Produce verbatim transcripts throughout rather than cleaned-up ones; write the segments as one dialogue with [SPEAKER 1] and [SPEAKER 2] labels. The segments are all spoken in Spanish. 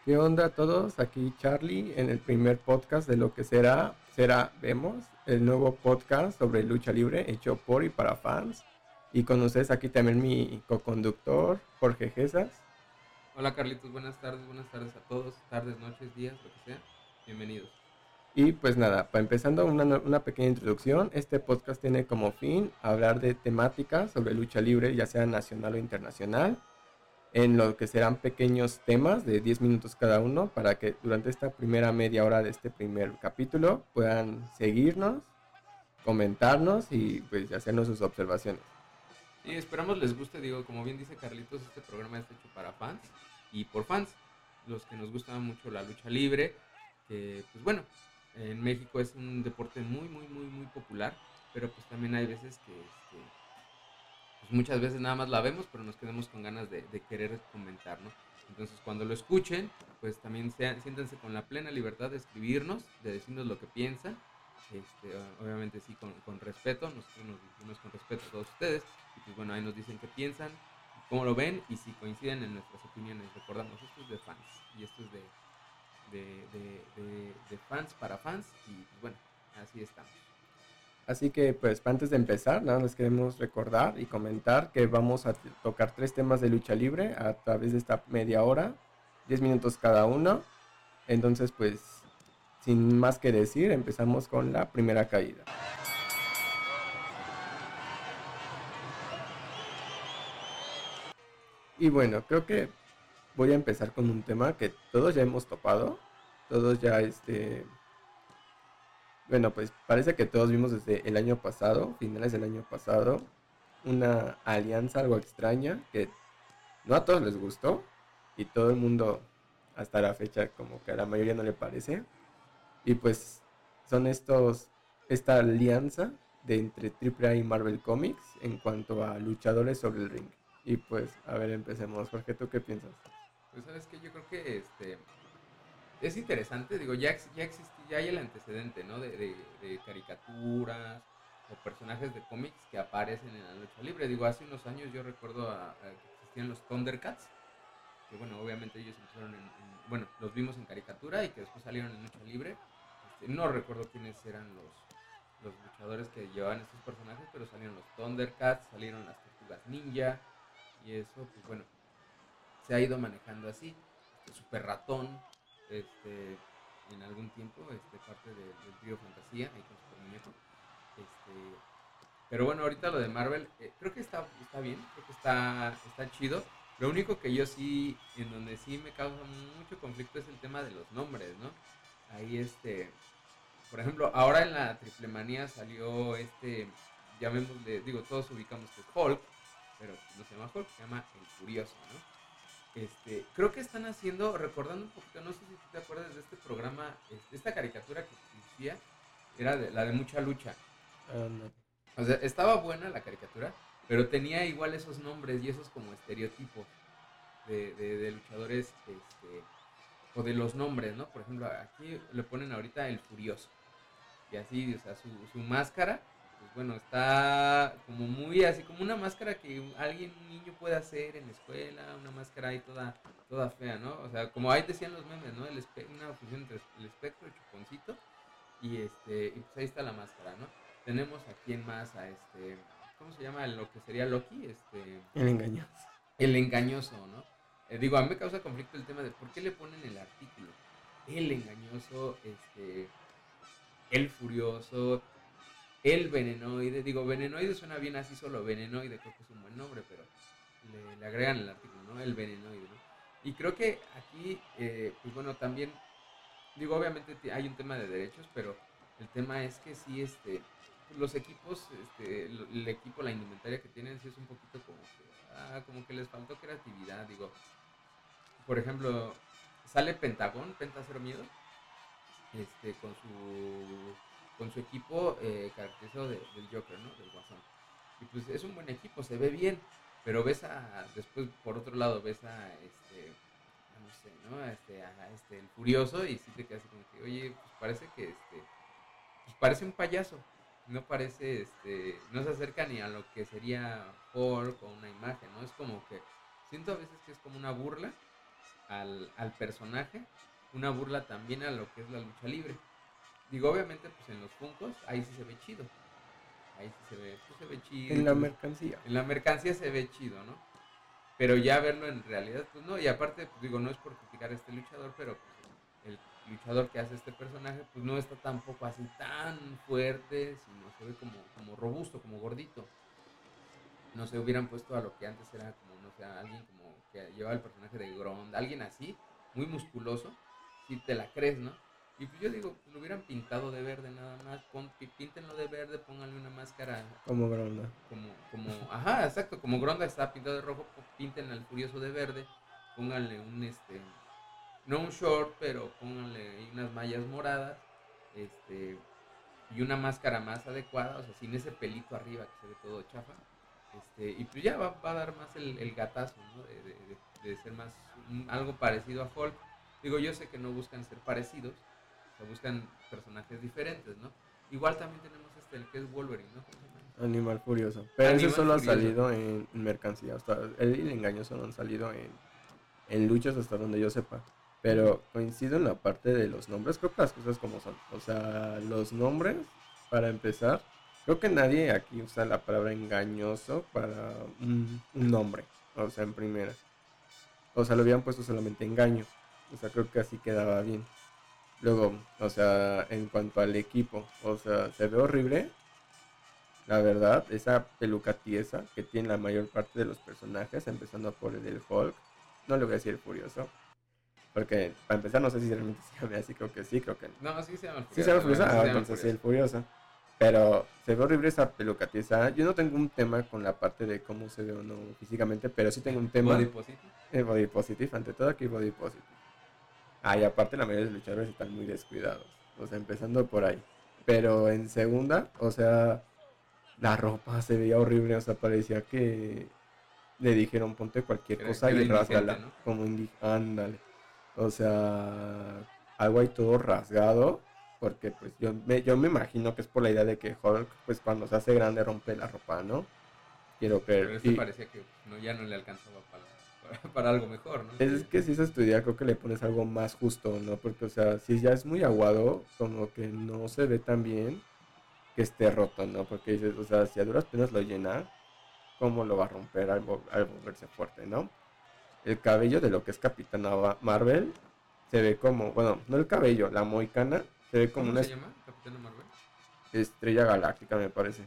[SPEAKER 1] ¿Qué onda a todos? Aquí Charlie en el primer podcast de lo que será, será Vemos, el nuevo podcast sobre lucha libre hecho por y para fans. Y con ustedes aquí también mi co-conductor, Jorge Gesas.
[SPEAKER 2] Hola Carlitos, buenas tardes, buenas tardes a todos, tardes, noches, días, lo que sea. Bienvenidos.
[SPEAKER 1] Y pues nada, para empezando una, una pequeña introducción, este podcast tiene como fin hablar de temáticas sobre lucha libre, ya sea nacional o internacional, en lo que serán pequeños temas de diez minutos cada uno para que durante esta primera media hora de este primer capítulo puedan seguirnos, comentarnos y pues hacernos sus observaciones.
[SPEAKER 2] Y esperamos les guste, digo, como bien dice Carlitos, este programa está hecho para fans y por fans, los que nos gusta mucho la lucha libre, que pues bueno, en México es un deporte muy, muy, muy, muy popular, pero pues también hay veces que, este, pues muchas veces nada más la vemos, pero nos quedamos con ganas de, de querer comentar, ¿no? Entonces cuando lo escuchen, pues también sean, siéntanse con la plena libertad de escribirnos, de decirnos lo que piensan, este, obviamente sí, con, con respeto, nosotros nos dirigimos con respeto a todos ustedes, y pues bueno, ahí nos dicen qué piensan, cómo lo ven, y si coinciden en nuestras opiniones. Recordamos, esto es de fans, y esto es de, de, de, de, de fans para fans, y pues bueno, así estamos.
[SPEAKER 1] Así que pues antes de empezar, nada, les queremos recordar y comentar que vamos a tocar tres temas de lucha libre a través de esta media hora, diez minutos cada uno. Entonces pues sin más que decir, empezamos con la primera caída. Y bueno, creo que voy a empezar con un tema que todos ya hemos topado, todos ya este, bueno, pues parece que todos vimos desde el año pasado, finales del año pasado, una alianza algo extraña que no a todos les gustó y todo el mundo hasta la fecha como que a la mayoría no le parece. Y pues son estos, esta alianza de entre Triple A y Marvel Comics en cuanto a luchadores sobre el ring. Y pues, a ver, empecemos. Jorge, ¿tú qué piensas?
[SPEAKER 2] Pues sabes que yo creo que este es interesante, digo, ya, ya existe, ya hay el antecedente, ¿no? De, de, de caricaturas o personajes de cómics que aparecen en la lucha libre. Digo, hace unos años yo recuerdo a, a que existían los Thundercats, que bueno, obviamente ellos empezaron en, en, bueno, los vimos en caricatura y que después salieron en lucha libre. Este, no recuerdo quiénes eran los, los luchadores que llevaban estos personajes, pero salieron los Thundercats, salieron las Tortugas Ninja, y eso, pues bueno, se ha ido manejando así. Este, Super Ratón, este, en algún tiempo, este, parte de, del trío Fantasía, ahí con Super Muñeco. Este, pero bueno, ahorita lo de Marvel, eh, creo que está, está bien, creo que está, está chido. Lo único que yo sí, en donde sí me causa mucho conflicto es el tema de los nombres, ¿no? Ahí este, por ejemplo, ahora en la Triple Manía salió este, llamémosle, digo, todos ubicamos que es Hulk, pero no se llama Hulk, se llama El Furioso, ¿no? Este, creo que están haciendo, recordando un poquito, no sé si tú te acuerdas de este programa, este, esta caricatura que existía, era de, la de mucha lucha.
[SPEAKER 1] Uh, no.
[SPEAKER 2] O sea, estaba buena la caricatura, pero tenía igual esos nombres y esos como estereotipos de, de, de luchadores, este, o de los nombres, ¿no? Por ejemplo, aquí le ponen ahorita el Furioso. Y así, o sea, su, su máscara, pues bueno, está como muy así, como una máscara que alguien, un niño puede hacer en la escuela, una máscara ahí toda, toda fea, ¿no? O sea, como ahí decían los memes, ¿no? El espe- una fusión entre el espectro, el chuponcito, y este, y pues ahí está la máscara, ¿no? Tenemos aquí en más a este, ¿cómo se llama lo que sería Loki? Este,
[SPEAKER 1] El engaño.
[SPEAKER 2] el engañoso, ¿no? Eh, digo, a mí me causa conflicto el tema de por qué le ponen el artículo. El engañoso, este, el furioso, el venenoide. Digo, venenoide suena bien así solo, venenoide creo que es un buen nombre, pero le, le agregan el artículo, ¿no? El venenoide, ¿no? Y creo que aquí, eh, pues bueno, también, digo, obviamente hay un tema de derechos, pero el tema es que sí, este, pues los equipos, este, el, el equipo, la indumentaria que tienen, sí es un poquito como que, ah, como que les faltó creatividad, digo. Por ejemplo, sale Pentagón, Penta Cero Miedo, este, con su con su equipo eh, caracterizado de, del Joker, ¿no? Del Guasón. Y pues es un buen equipo, se ve bien, pero ves a, después por otro lado ves a este, a no sé, ¿no? A este, a este, el Furioso y sí te quedas así como que, oye, pues parece que este, pues parece un payaso, no parece, este, no se acerca ni a lo que sería Hulk o una imagen, ¿no? Es como que siento a veces que es como una burla al, al personaje, una burla también a lo que es la lucha libre. Digo, obviamente, pues en los Funkos, ahí sí se ve chido. Ahí sí se ve, pues se ve chido.
[SPEAKER 1] En
[SPEAKER 2] Y
[SPEAKER 1] la
[SPEAKER 2] pues,
[SPEAKER 1] mercancía.
[SPEAKER 2] en la mercancía se ve chido, ¿no? Pero ya verlo en realidad, pues no. Y aparte, pues digo, no es por criticar a este luchador, pero pues el luchador que hace este personaje, pues no está tampoco así tan fuerte, sino se ve como, como robusto, como gordito. No se hubieran puesto a lo que antes era como, no sé, alguien como que llevaba el personaje de Grond, alguien así, muy musculoso, si te la crees, ¿no? Y pues yo digo, pues lo hubieran pintado de verde nada más, pon, píntenlo de verde, pónganle una máscara
[SPEAKER 1] Como Gronda.
[SPEAKER 2] como, como, ajá, exacto, como Gronda está pintado de rojo, pinten al Furioso de verde, pónganle un, este, no un short, pero pónganle unas mallas moradas, este, y una máscara más adecuada, o sea, sin ese pelito arriba que se ve todo chafa, este, y pues ya va, va a dar más el, el gatazo, ¿no? De, de, de, de ser más, un, algo parecido a Hulk. Digo, yo sé que no buscan ser parecidos, o sea, buscan personajes diferentes, ¿no? Igual también tenemos este, el que es Wolverine, ¿no? ¿Cómo se llama?
[SPEAKER 1] Animal Furioso. Pero ese
[SPEAKER 2] Animal
[SPEAKER 1] solo ha
[SPEAKER 2] Furioso.
[SPEAKER 1] salido en, en mercancía. Hasta él y el engaño solo han salido en, en luchas hasta donde yo sepa.
[SPEAKER 2] Uh-huh.
[SPEAKER 1] Pero coincido en la parte de los nombres. Creo que las cosas como son. O sea, los nombres, para empezar, creo que nadie aquí usa la palabra engañoso para un, un nombre. O sea, en primera. O sea, lo habían puesto solamente engaño. O sea, creo que así quedaba bien. Luego, o sea, en cuanto al equipo, o sea, se ve horrible. La verdad, esa peluca tiesa que tiene la mayor parte de los personajes, empezando por el del Hulk. No le voy a decir Furioso, porque para empezar no sé si realmente se llama así, creo que sí, creo que...
[SPEAKER 2] No, sí se llama el
[SPEAKER 1] ¿Sí se
[SPEAKER 2] Furioso.
[SPEAKER 1] llama
[SPEAKER 2] Bueno,
[SPEAKER 1] Furioso?
[SPEAKER 2] sí
[SPEAKER 1] Ah,
[SPEAKER 2] se llama el
[SPEAKER 1] entonces sí,
[SPEAKER 2] Furioso.
[SPEAKER 1] el Furioso. Pero se ve horrible esa peluca tiesa. Yo no tengo un tema con la parte de cómo se ve o no físicamente, pero sí tengo un tema.
[SPEAKER 2] Body Positive.
[SPEAKER 1] Eh, body positive, ante todo aquí body positive. Ah, y aparte la mayoría de los luchadores están muy descuidados. O sea, empezando por ahí. Pero en segunda, o sea, la ropa se veía horrible. O sea, parecía que le dijeron ponte cualquier
[SPEAKER 2] Que era,
[SPEAKER 1] cosa
[SPEAKER 2] que era
[SPEAKER 1] y
[SPEAKER 2] indigente,
[SPEAKER 1] rásgala.
[SPEAKER 2] ¿no?
[SPEAKER 1] Como indi ándale. O sea, algo ahí todo rasgado. Porque pues yo me, yo me imagino que es por la idea de que Hulk, pues cuando se hace grande rompe la ropa, ¿no? Quiero creer.
[SPEAKER 2] Pero este
[SPEAKER 1] Y
[SPEAKER 2] parecía que pues, no, ya no le alcanzaba para, para, para algo mejor, ¿no?
[SPEAKER 1] es
[SPEAKER 2] Sí.
[SPEAKER 1] que si se estudia, creo que le pones algo más justo, ¿no? Porque, o sea, si ya es muy aguado, como que no se ve tan bien que esté roto, ¿no? Porque dices, o sea, si a duras penas lo llena, ¿cómo lo va a romper al, vo- al volverse fuerte, ¿no? El cabello de lo que es Capitana Va- Marvel se ve como, bueno, no el cabello, la moicana, se ve como
[SPEAKER 2] ¿Cómo
[SPEAKER 1] una
[SPEAKER 2] se
[SPEAKER 1] es-
[SPEAKER 2] llama? Capitana Marvel.
[SPEAKER 1] estrella galáctica, me parece.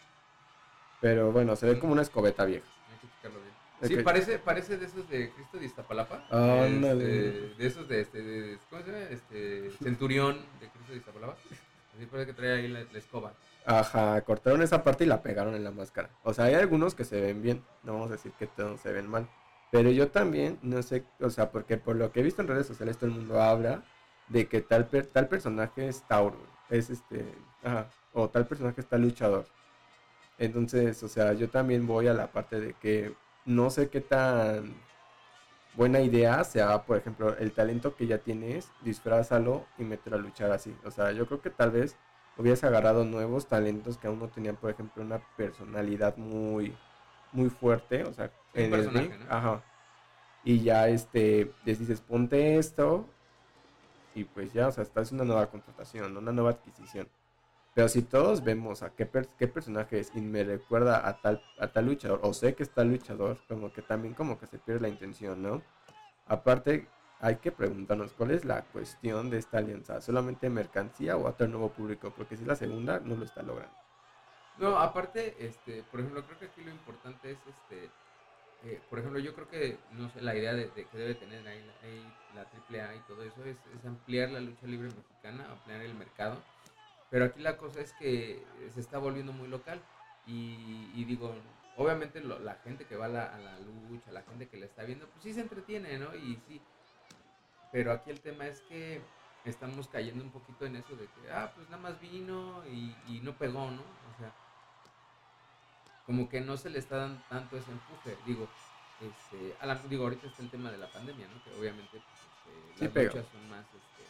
[SPEAKER 1] Pero bueno, se ve
[SPEAKER 2] Mm,
[SPEAKER 1] como una escobeta vieja.
[SPEAKER 2] hay que checarlo bien.
[SPEAKER 1] Ok.
[SPEAKER 2] Sí, parece, parece de esos de Cristo de Iztapalapa.
[SPEAKER 1] Ándale.
[SPEAKER 2] Este, de esos de este, de, ¿cómo se llama? Este, Centurión de Cristo de Iztapalapa. Así parece que trae ahí la, la escoba.
[SPEAKER 1] Ajá, cortaron esa parte y la pegaron en la máscara. O sea, hay algunos que se ven bien, no vamos a decir que todos se ven mal. Pero yo también, no sé, o sea, porque por lo que he visto en redes sociales todo el mundo habla de que tal, per- tal personaje es Tauro, es este, ajá, o tal personaje está luchador. Entonces, o sea, yo también voy a la parte de que no sé qué tan buena idea sea, por ejemplo, el talento que ya tienes, disfrázalo y mételo a luchar así. O sea, yo creo que tal vez hubieras agarrado nuevos talentos que aún no tenían, por ejemplo, una personalidad muy, muy fuerte, o sea,
[SPEAKER 2] Sí, un
[SPEAKER 1] en el ring,
[SPEAKER 2] personaje, ¿no?
[SPEAKER 1] ajá. Y ya, este, les dices, ponte esto y pues ya, o sea, esta es una nueva contratación, una nueva adquisición. Pero si todos vemos a qué, per- qué personaje es y me recuerda a tal, a tal luchador, o sé que está luchador, como que también como que se pierde la intención, ¿no? Aparte, hay que preguntarnos cuál es la cuestión de esta alianza. ¿Solamente mercancía o atraer nuevo público? Porque si es la segunda, no lo está logrando.
[SPEAKER 2] No, aparte, este, por ejemplo, creo que aquí lo importante es, este, eh, por ejemplo, yo creo que, no sé, la idea de, de que debe tener ahí la, ahí la triple A y todo eso es, es ampliar la lucha libre mexicana, ampliar el mercado. Pero aquí la cosa es que se está volviendo muy local. Y, y digo, obviamente lo- la gente que va a la, a la lucha, la gente que la está viendo, pues sí se entretiene, ¿no? Y sí, pero aquí el tema es que estamos cayendo un poquito en eso de que, ah, pues nada más vino y, y no pegó, ¿no? O sea, como que no se le está dando tanto ese empuje. Digo, este, a la- digo, ahorita está el tema de la pandemia, ¿no? Que obviamente pues, este,
[SPEAKER 1] Sí
[SPEAKER 2] las
[SPEAKER 1] pegó.
[SPEAKER 2] luchas son más, este,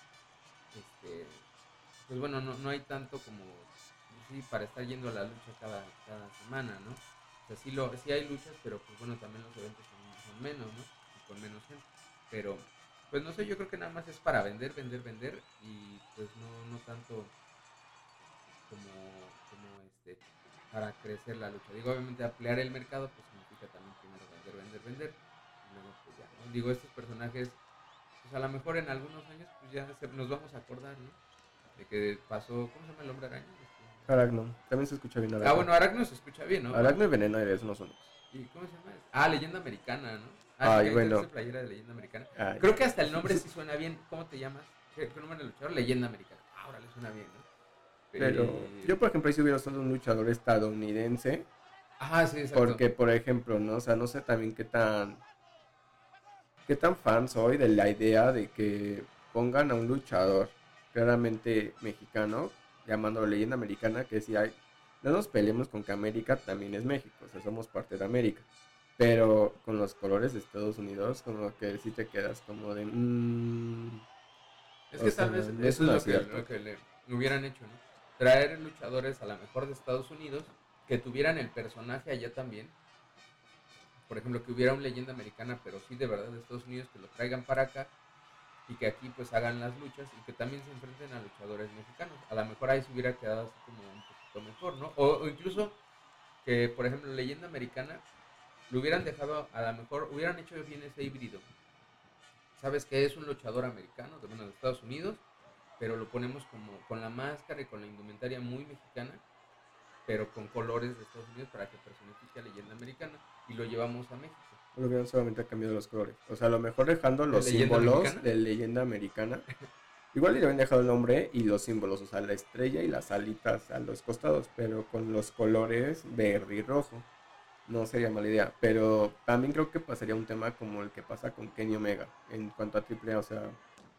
[SPEAKER 2] este, pues bueno, no, no hay tanto como, sí, para estar yendo a la lucha cada, cada semana, ¿no? O sea, sí, lo, sí hay luchas, pero pues bueno, también los eventos son, son menos, ¿no? Y con menos gente. pero pues no sé, yo creo que nada más es para vender, vender, vender y pues no, no tanto como, como este, para crecer la lucha. Digo, obviamente ampliar el mercado pues significa también primero vender, vender, vender y luego pues ya, ¿no? Digo, estos personajes, pues a lo mejor en algunos años pues ya se, nos vamos a acordar, ¿no? De que pasó, ¿cómo se llama el hombre araña? Este...
[SPEAKER 1] Aragno, también se escucha bien
[SPEAKER 2] Ah,
[SPEAKER 1] Aragno.
[SPEAKER 2] bueno, Aracno se escucha bien, ¿no?
[SPEAKER 1] Aragno y Venenoide son los únicos.
[SPEAKER 2] ¿Y cómo se llama? Ah, Leyenda Americana, ¿no? Ah, sí,
[SPEAKER 1] Ay,
[SPEAKER 2] que ahí
[SPEAKER 1] bueno.
[SPEAKER 2] traes playera de Leyenda Americana.
[SPEAKER 1] Ay.
[SPEAKER 2] Creo que hasta el nombre sí suena bien. ¿Cómo te llamas? ¿Qué, qué nombre de luchador? Leyenda Americana. Ahora le suena bien, ¿no?
[SPEAKER 1] Pero
[SPEAKER 2] Y...
[SPEAKER 1] yo, por ejemplo, ahí si hubiera solo un luchador estadounidense.
[SPEAKER 2] Ajá, sí, exacto.
[SPEAKER 1] Porque, por ejemplo, ¿no? O sea, no sé también qué tan... qué tan fan soy de la idea de que pongan a un luchador claramente mexicano, llamándolo leyenda americana, que si hay... No nos peleemos con que América también es México, o sea, somos parte de América. Pero con los colores de Estados Unidos, como que sí te quedas como de... Mmm,
[SPEAKER 2] Es
[SPEAKER 1] o
[SPEAKER 2] que
[SPEAKER 1] sea,
[SPEAKER 2] tal vez
[SPEAKER 1] no es
[SPEAKER 2] eso
[SPEAKER 1] un
[SPEAKER 2] es lo que,
[SPEAKER 1] acierto.
[SPEAKER 2] lo que le hubieran hecho, ¿no? Traer luchadores a lo mejor de Estados Unidos que tuvieran el personaje allá también. Por ejemplo, que hubiera un Leyenda Americana, pero sí de verdad de Estados Unidos, que lo traigan para acá y que aquí pues hagan las luchas y que también se enfrenten a luchadores mexicanos. A lo mejor ahí se hubiera quedado así como un poquito mejor, ¿no? O, o incluso que, por ejemplo, Leyenda Americana lo hubieran dejado, a lo mejor hubieran hecho bien ese híbrido. Sabes que es un luchador americano, de, bueno, de Estados Unidos, pero lo ponemos como con la máscara y con la indumentaria muy mexicana, pero con colores de Estados Unidos para que personifique a Leyenda Americana y lo llevamos a México.
[SPEAKER 1] Lo hubieran solamente cambiado los colores. O sea, a lo mejor dejando
[SPEAKER 2] ¿De
[SPEAKER 1] los
[SPEAKER 2] Leyenda
[SPEAKER 1] símbolos
[SPEAKER 2] Mexicana?
[SPEAKER 1] de leyenda americana. Igual le habían dejado el nombre y los símbolos, o sea, la estrella y las alitas a los costados, pero con los colores verde y rojo. No sería mala idea, pero también creo que pasaría un tema como el que pasa con Kenny Omega en cuanto a triple A, o sea,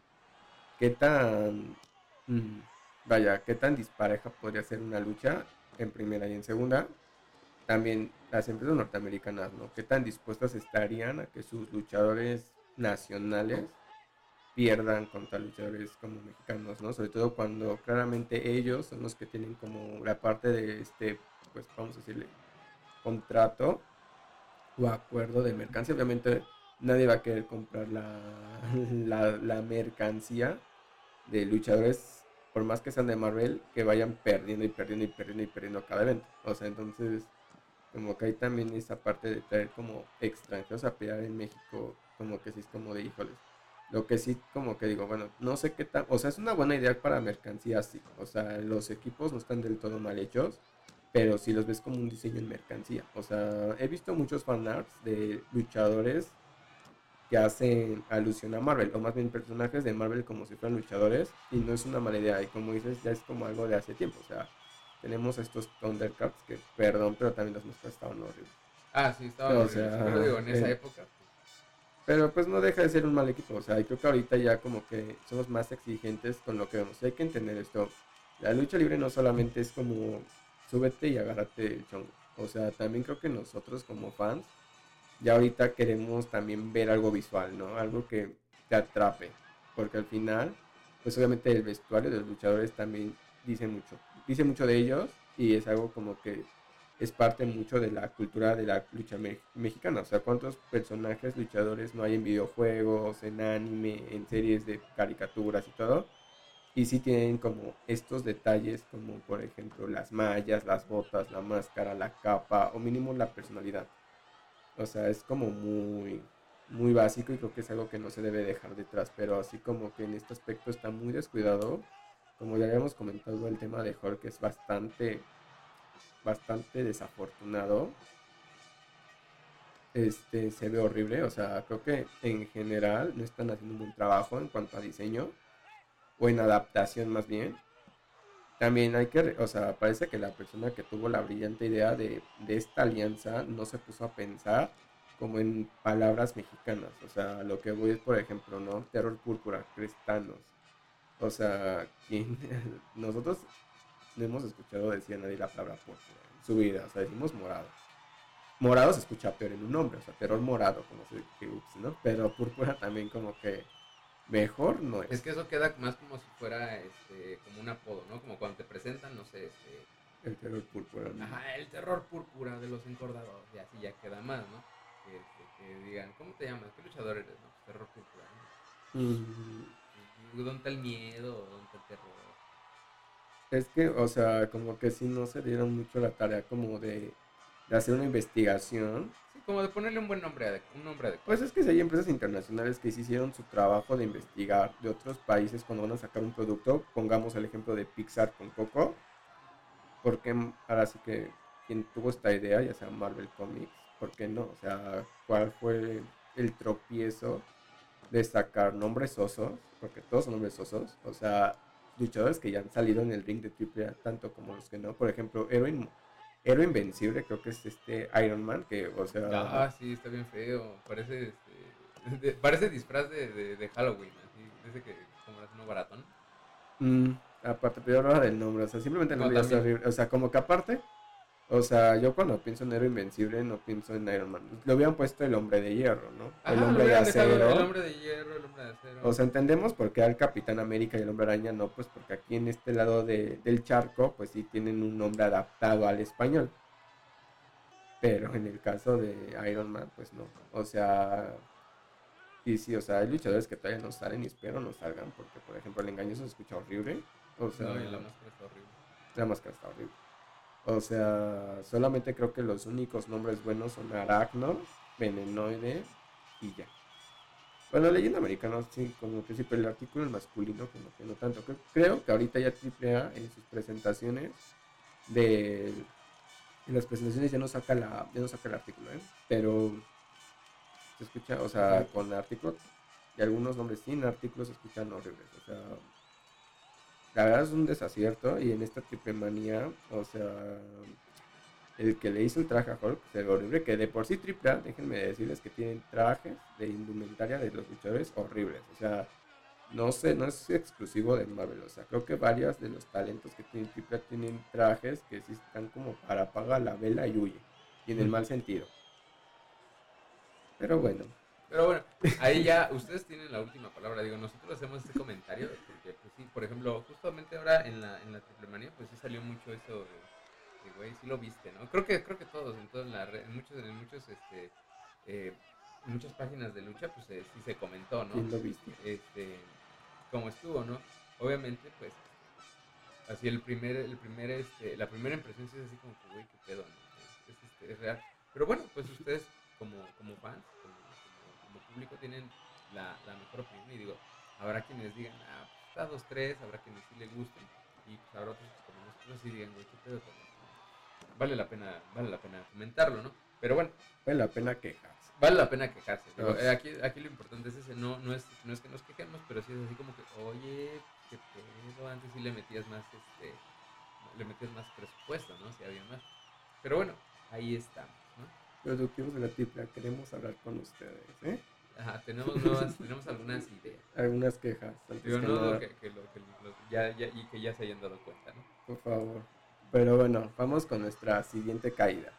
[SPEAKER 1] qué tan, mm, vaya, qué tan dispareja podría ser una lucha en primera y en segunda. También las empresas norteamericanas, ¿no? Qué tan dispuestas estarían a que sus luchadores nacionales pierdan contra luchadores como mexicanos, ¿no? Sobre todo cuando claramente ellos son los que tienen como la parte de este, pues vamos a decirle, contrato o acuerdo de mercancía. Obviamente nadie va a querer comprar la, la, la mercancía de luchadores, por más que sean de Marvel, que vayan perdiendo y perdiendo y perdiendo y perdiendo cada evento. O sea, entonces, como que hay también esa parte de traer como extranjeros a pelear en México, como que sí es como de híjoles. Lo que sí, como que digo, bueno, no sé qué tan, o sea, es una buena idea para mercancía, sí. O sea, los equipos no están del todo mal hechos, pero si los ves como un diseño en mercancía. O sea, he visto muchos fanarts de luchadores que hacen alusión a Marvel, o más bien personajes de Marvel como si fueran luchadores, y no es una mala idea, y como dices, ya es como algo de hace tiempo, o sea, tenemos estos Thundercats que, perdón, pero también las máscaras estaban horribles.
[SPEAKER 2] Ah, sí, estaban
[SPEAKER 1] O
[SPEAKER 2] horribles. Pero
[SPEAKER 1] sea,
[SPEAKER 2] digo, en esa
[SPEAKER 1] eh,
[SPEAKER 2] época, pues,
[SPEAKER 1] pero pues no deja de ser un mal equipo, o sea, y creo que ahorita ya como que somos más exigentes con lo que vemos, y hay que entender esto, la lucha libre no solamente es como súbete y agárrate el chongo, o sea, también creo que nosotros como fans ya ahorita queremos también ver algo visual, ¿no? Algo que te atrape. Porque al final, pues obviamente el vestuario de los luchadores también dice mucho. Dice mucho de ellos y es algo como que es parte mucho de la cultura de la lucha me- mexicana. O sea, ¿cuántos personajes luchadores no hay en videojuegos, en anime, en series de caricaturas y todo? Y sí tienen como estos detalles como por ejemplo las mallas, las botas, la máscara, la capa o mínimo la personalidad. O sea, es como muy, muy básico y creo que es algo que no se debe dejar detrás, pero así como que en este aspecto está muy descuidado. Como ya habíamos comentado, el tema de Hulk es bastante, bastante desafortunado. Este, se ve horrible, o sea, creo que en general no están haciendo un buen trabajo en cuanto a diseño o en adaptación más bien. También hay que, re- o sea, parece que la persona que tuvo la brillante idea de, de esta alianza no se puso a pensar como en palabras mexicanas. O sea, lo que voy es, por ejemplo, ¿no? Terror púrpura, crestanos. O sea, ¿quién? Nosotros no hemos escuchado decir a nadie la palabra púrpura en su vida. O sea, decimos morado. Morado se escucha peor en un nombre, o sea, terror morado, como se que ups, ¿no? Pero púrpura también como que mejor no
[SPEAKER 2] es
[SPEAKER 1] es.
[SPEAKER 2] que eso queda más como si fuera este, como un apodo, ¿no? Como cuando te presentan, no sé, este,
[SPEAKER 1] El terror púrpura.
[SPEAKER 2] ajá, el terror púrpura de los encordados, y así ya queda más, ¿no? que, este, que digan, ¿cómo te llamas? ¿Qué luchador eres? No, pues terror cultural.
[SPEAKER 1] Mm,
[SPEAKER 2] ¿no? ¿Dónde está el miedo? ¿Dónde está el terror?
[SPEAKER 1] Es que, o sea, como que sí no se dieron mucho la tarea como de, de hacer una investigación.
[SPEAKER 2] Sí, como de ponerle un buen nombre, ade- un nombre
[SPEAKER 1] Pues
[SPEAKER 2] adecuado.
[SPEAKER 1] es que si hay empresas internacionales que sí hicieron su trabajo de investigar de otros países cuando van a sacar un producto, pongamos el ejemplo de Pixar con Coco, porque mm, ahora sí que quien tuvo esta idea, ya sea Marvel Comics, ¿por qué no? O sea, ¿cuál fue el tropiezo de sacar nombres sosos? Porque todos son nombres sosos, o sea, luchadores que ya han salido en el ring de Triple A, tanto como los que no. Por ejemplo, Héroe, Inmo- Héroe Invencible, creo que es este Iron Man, que, o sea,
[SPEAKER 2] Ah, sí, está bien feo. Parece, este, de- parece disfraz de, de, de Halloween, así. Dice que compras uno baratón.
[SPEAKER 1] mm, aparte, pero yo hablaba del nombre, o sea, simplemente el
[SPEAKER 2] No,
[SPEAKER 1] nombre ya está
[SPEAKER 2] también.
[SPEAKER 1] horrible. O sea, como que aparte, o sea, yo cuando pienso en Héroe Invencible no pienso en Iron Man. Le hubieran puesto el hombre de hierro, ¿no? O el
[SPEAKER 2] Ajá, lo
[SPEAKER 1] hombre de
[SPEAKER 2] hubieran dejado el
[SPEAKER 1] acero.
[SPEAKER 2] hombre de hierro, el hombre de
[SPEAKER 1] O
[SPEAKER 2] acero.
[SPEAKER 1] sea, entendemos por qué al Capitán América y el Hombre Araña no, pues porque aquí en este lado de- del charco, pues sí tienen un nombre adaptado al español. Pero en el caso de Iron Man, pues no. O sea, y sí, o sea, hay luchadores que todavía no salen y espero no salgan, porque por ejemplo el engañoso se escucha horrible. O sea,
[SPEAKER 2] No, y la máscara está horrible.
[SPEAKER 1] la máscara está horrible. O sea, solamente creo que los únicos nombres buenos son Aracnos, Venenoide y ya. Bueno, leyenda americana sí, como que sí, pero el artículo en masculino como que no tanto. Creo, creo que ahorita ya Triple A en sus presentaciones de en las presentaciones ya no saca la ya no saca el artículo, ¿eh? Pero se escucha, o sea,
[SPEAKER 2] Ujú.
[SPEAKER 1] con artículo y algunos nombres sin artículos se escuchan horribles, o sea, la verdad es un desacierto y en esta triple manía, o sea, el que le hizo el traje a Hulk se ve horrible, que de por sí triple A, déjenme decirles que tienen trajes de indumentaria de los luchadores horribles, o sea, no sé, no es exclusivo de Marvel, o sea, creo que varios de los talentos que tienen triple A tienen trajes que sí están como para apagar la vela y huye, y en el mal sentido. Pero bueno,
[SPEAKER 2] Pero bueno, ahí ya ustedes tienen la última palabra. Digo, nosotros hacemos este comentario porque, pues sí, por ejemplo, justamente ahora en la, en la triple manía, pues sí salió mucho eso de, de, güey, sí lo viste, ¿no? Creo que, creo que todos, en todas las en muchos, en muchos, este, eh, en muchas páginas de lucha, pues eh, sí se comentó, ¿no?
[SPEAKER 1] ¿quién lo viste?
[SPEAKER 2] Este, cómo estuvo, ¿no? Obviamente, pues, este, así el primer, el primer, este, la primera impresión sí es así como que, güey, qué pedo, ¿no? Es, es, este, es real. Pero bueno, pues ustedes como, como fans, como, como, como público tienen la, la mejor opinión y digo, habrá quienes digan, ah, pues está dos tres, habrá quienes sí le gusten y pues habrá otros que como nosotros sí digan, güey, qué pedo con esto, ¿no? Vale la pena, vale la pena comentarlo, ¿no? Pero bueno,
[SPEAKER 1] Vale la pena quejarse.
[SPEAKER 2] vale la pena quejarse. Digo,
[SPEAKER 1] Nos,
[SPEAKER 2] eh, aquí, aquí lo importante es ese, no, no es, no es que nos quejemos, pero sí es así como que, oye, qué pedo, antes sí le metías más, este, le metías más presupuesto, ¿no? Si había más. Pero bueno, ahí estamos, ¿no?
[SPEAKER 1] productivos de la tripla, queremos hablar con ustedes, ¿eh?
[SPEAKER 2] Ajá, tenemos nuevas, tenemos algunas ideas.
[SPEAKER 1] Algunas quejas, antes
[SPEAKER 2] Digo,
[SPEAKER 1] que
[SPEAKER 2] no dudo
[SPEAKER 1] nada,
[SPEAKER 2] que, que, lo, que los, ya, ya, y que ya se hayan dado cuenta, ¿no?
[SPEAKER 1] por favor. Pero bueno, vamos con nuestra siguiente caída.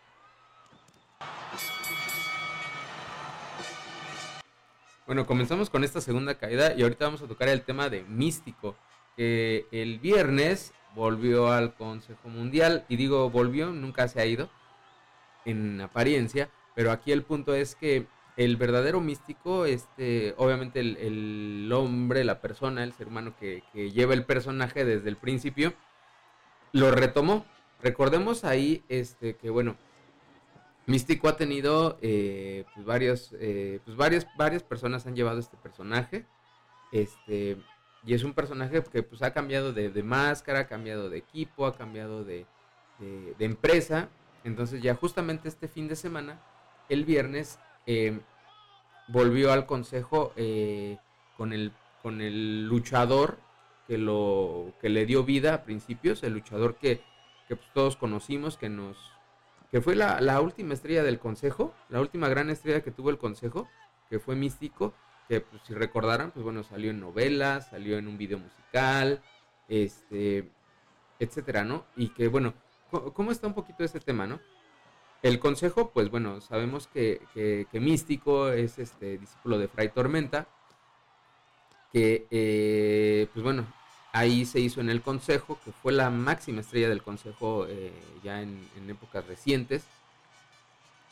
[SPEAKER 2] Bueno, comenzamos con esta segunda caída y ahorita vamos a tocar el tema de Místico, que el viernes volvió al Consejo Mundial y digo volvió, nunca se ha ido en apariencia, pero aquí el punto es que el verdadero místico, este, obviamente el, el hombre, la persona, el ser humano que, que lleva el personaje desde el principio, lo retomó. Recordemos ahí este, que, bueno, Místico ha tenido eh, pues varios, eh, pues varias, varias personas han llevado este personaje. Este, y es un personaje que pues ha cambiado de, de máscara, ha cambiado de equipo, ha cambiado de, de, de empresa. Entonces ya justamente este fin de semana, el viernes, eh, volvió al consejo eh, con, el, con el luchador que, lo, que le dio vida a principios, el luchador que, que pues, todos conocimos, que nos que fue la, la última estrella del consejo, la última gran estrella que tuvo el consejo, que fue Místico, que pues, si recordaran, pues bueno, salió en novelas, salió en un video musical, este, etcétera, ¿no? Y que bueno, ¿cómo está un poquito ese tema, no? El consejo, pues bueno, sabemos que, que, que Místico es este discípulo de Fray Tormenta, que eh, pues bueno, ahí se hizo en el consejo, que fue la máxima estrella del consejo eh, ya en, en épocas recientes,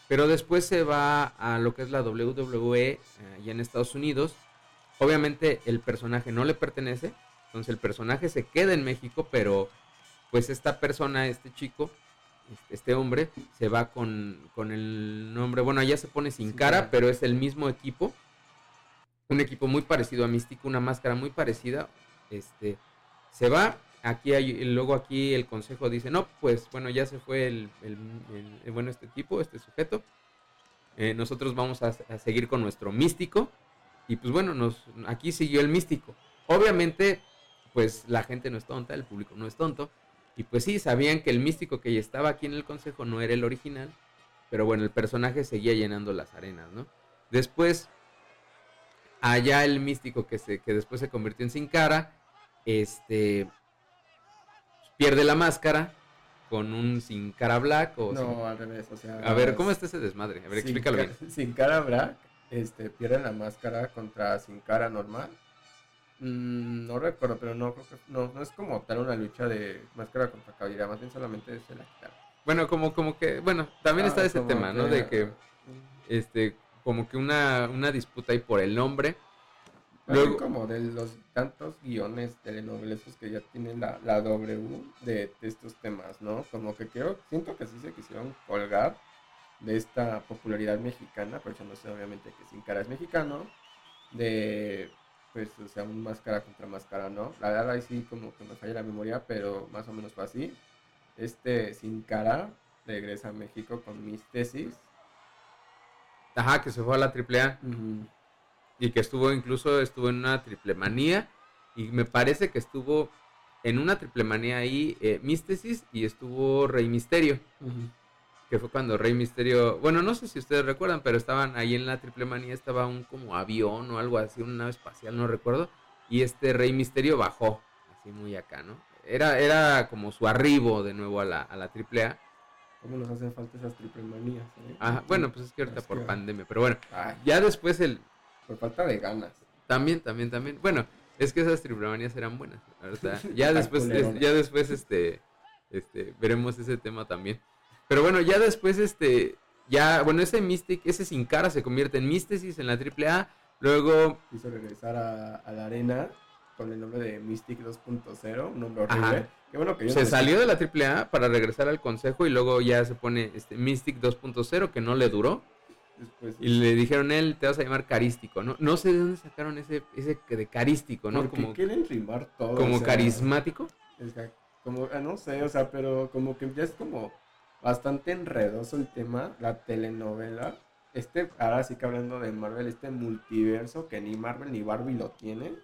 [SPEAKER 2] pero después se va a lo que es la W W E, eh, allá en Estados Unidos. Obviamente el personaje no le pertenece, entonces el personaje se queda en México, pero pues esta persona, este chico, este, este hombre, se va con, con el nombre, bueno, allá se pone Sin Cara, pero es el mismo equipo, un equipo muy parecido a Místico, una máscara muy parecida, este, se va, aquí hay, luego aquí el consejo dice, no, pues bueno, ya se fue el, el, el, el bueno, este tipo, este sujeto, eh, nosotros vamos a, a seguir con nuestro Místico, y pues bueno, nos, aquí siguió el Místico. Obviamente, pues la gente no es tonta, el público no es tonto, y pues sí, sabían que el Místico que ya estaba aquí en el consejo no era el original, pero bueno, el personaje seguía llenando las arenas, ¿no? Después, allá el Místico que, se, que después se convirtió en Sin Cara, este, pierde la máscara con un Sin Cara Black o
[SPEAKER 1] No,
[SPEAKER 2] sin...
[SPEAKER 1] al revés, o sea...
[SPEAKER 2] A ver, ¿cómo está ese desmadre? A ver,
[SPEAKER 1] Sin
[SPEAKER 2] explícalo
[SPEAKER 1] Ca-
[SPEAKER 2] bien.
[SPEAKER 1] Sin Cara Black, este, pierde la máscara contra Sin Cara normal. Mm, no recuerdo, pero no creo que no, no es como tal una lucha de máscara contra cabellera, más bien solamente se la quitaron.
[SPEAKER 2] Bueno, como, como que, bueno, también
[SPEAKER 1] Ah,
[SPEAKER 2] está ese
[SPEAKER 1] como
[SPEAKER 2] tema, ¿no? De que,
[SPEAKER 1] mm,
[SPEAKER 2] este, como que una, una disputa ahí por el nombre.
[SPEAKER 1] más bien
[SPEAKER 2] Luego,
[SPEAKER 1] como de los tantos guiones telenovelescos que ya tiene la, la W de, de estos temas, ¿no? Como que creo, siento que sí se quisieron colgar de esta popularidad mexicana, aprovechándose obviamente que Sin Cara es mexicano, de, pues, o sea, un máscara contra máscara, ¿no? La verdad ahí sí como que me falla la memoria, pero más o menos fue así. Este Sin Cara regresa a México con mis tesis.
[SPEAKER 2] ajá, que se fue a la Triple A
[SPEAKER 1] Ujú.
[SPEAKER 2] y que estuvo, incluso estuvo en una triple manía y me parece que estuvo en una triple manía ahí eh, Místesis y estuvo Rey Misterio,
[SPEAKER 1] Ujú.
[SPEAKER 2] que fue cuando Rey Misterio, bueno, no sé si ustedes recuerdan, pero estaban ahí en la triple manía, estaba un como avión o algo así, una nave espacial, no recuerdo, y este Rey Misterio bajó, así muy acá, ¿no? Era, era como su arribo de nuevo a la, a la triple A.
[SPEAKER 1] ¿Cómo nos hacen falta esas triple manías, eh?
[SPEAKER 2] Ajá,
[SPEAKER 1] Aquí,
[SPEAKER 2] bueno, pues es que ahorita
[SPEAKER 1] es
[SPEAKER 2] por
[SPEAKER 1] que,
[SPEAKER 2] pandemia, pero bueno,
[SPEAKER 1] ay,
[SPEAKER 2] ya después el,
[SPEAKER 1] por falta de ganas.
[SPEAKER 2] también, también, también, bueno, es que esas triplemanías eran buenas, ahorita, ya
[SPEAKER 1] Tan
[SPEAKER 2] después, es-
[SPEAKER 1] culeronas.
[SPEAKER 2] ya después, este, este, veremos ese tema también, pero bueno, ya después, este, ya, bueno, ese Mystic, ese Sin Cara se convierte en Místesis en la triple A, luego,
[SPEAKER 1] Quiso regresar a, a la arena con el nombre de Mystic dos punto cero, un nombre
[SPEAKER 2] ajá,
[SPEAKER 1] horrible. Qué bueno que yo no
[SPEAKER 2] se
[SPEAKER 1] me
[SPEAKER 2] salió
[SPEAKER 1] quise.
[SPEAKER 2] de la triple A para regresar al consejo y luego ya se pone, este, Mystic dos punto cero, que no le duró.
[SPEAKER 1] Después,
[SPEAKER 2] Y le dijeron, él te vas a llamar Carístico, ¿no? No sé de dónde sacaron ese, ese que de Carístico, ¿no?
[SPEAKER 1] ¿por qué
[SPEAKER 2] Como,
[SPEAKER 1] quieren rimar todo? O
[SPEAKER 2] como
[SPEAKER 1] sea,
[SPEAKER 2] carismático.
[SPEAKER 1] o sea, como, ah, no sé, o sea, pero como que ya es como bastante enredoso el tema, la telenovela. Este, ahora sí que hablando de Marvel, este multiverso que ni Marvel ni Barbie lo tienen.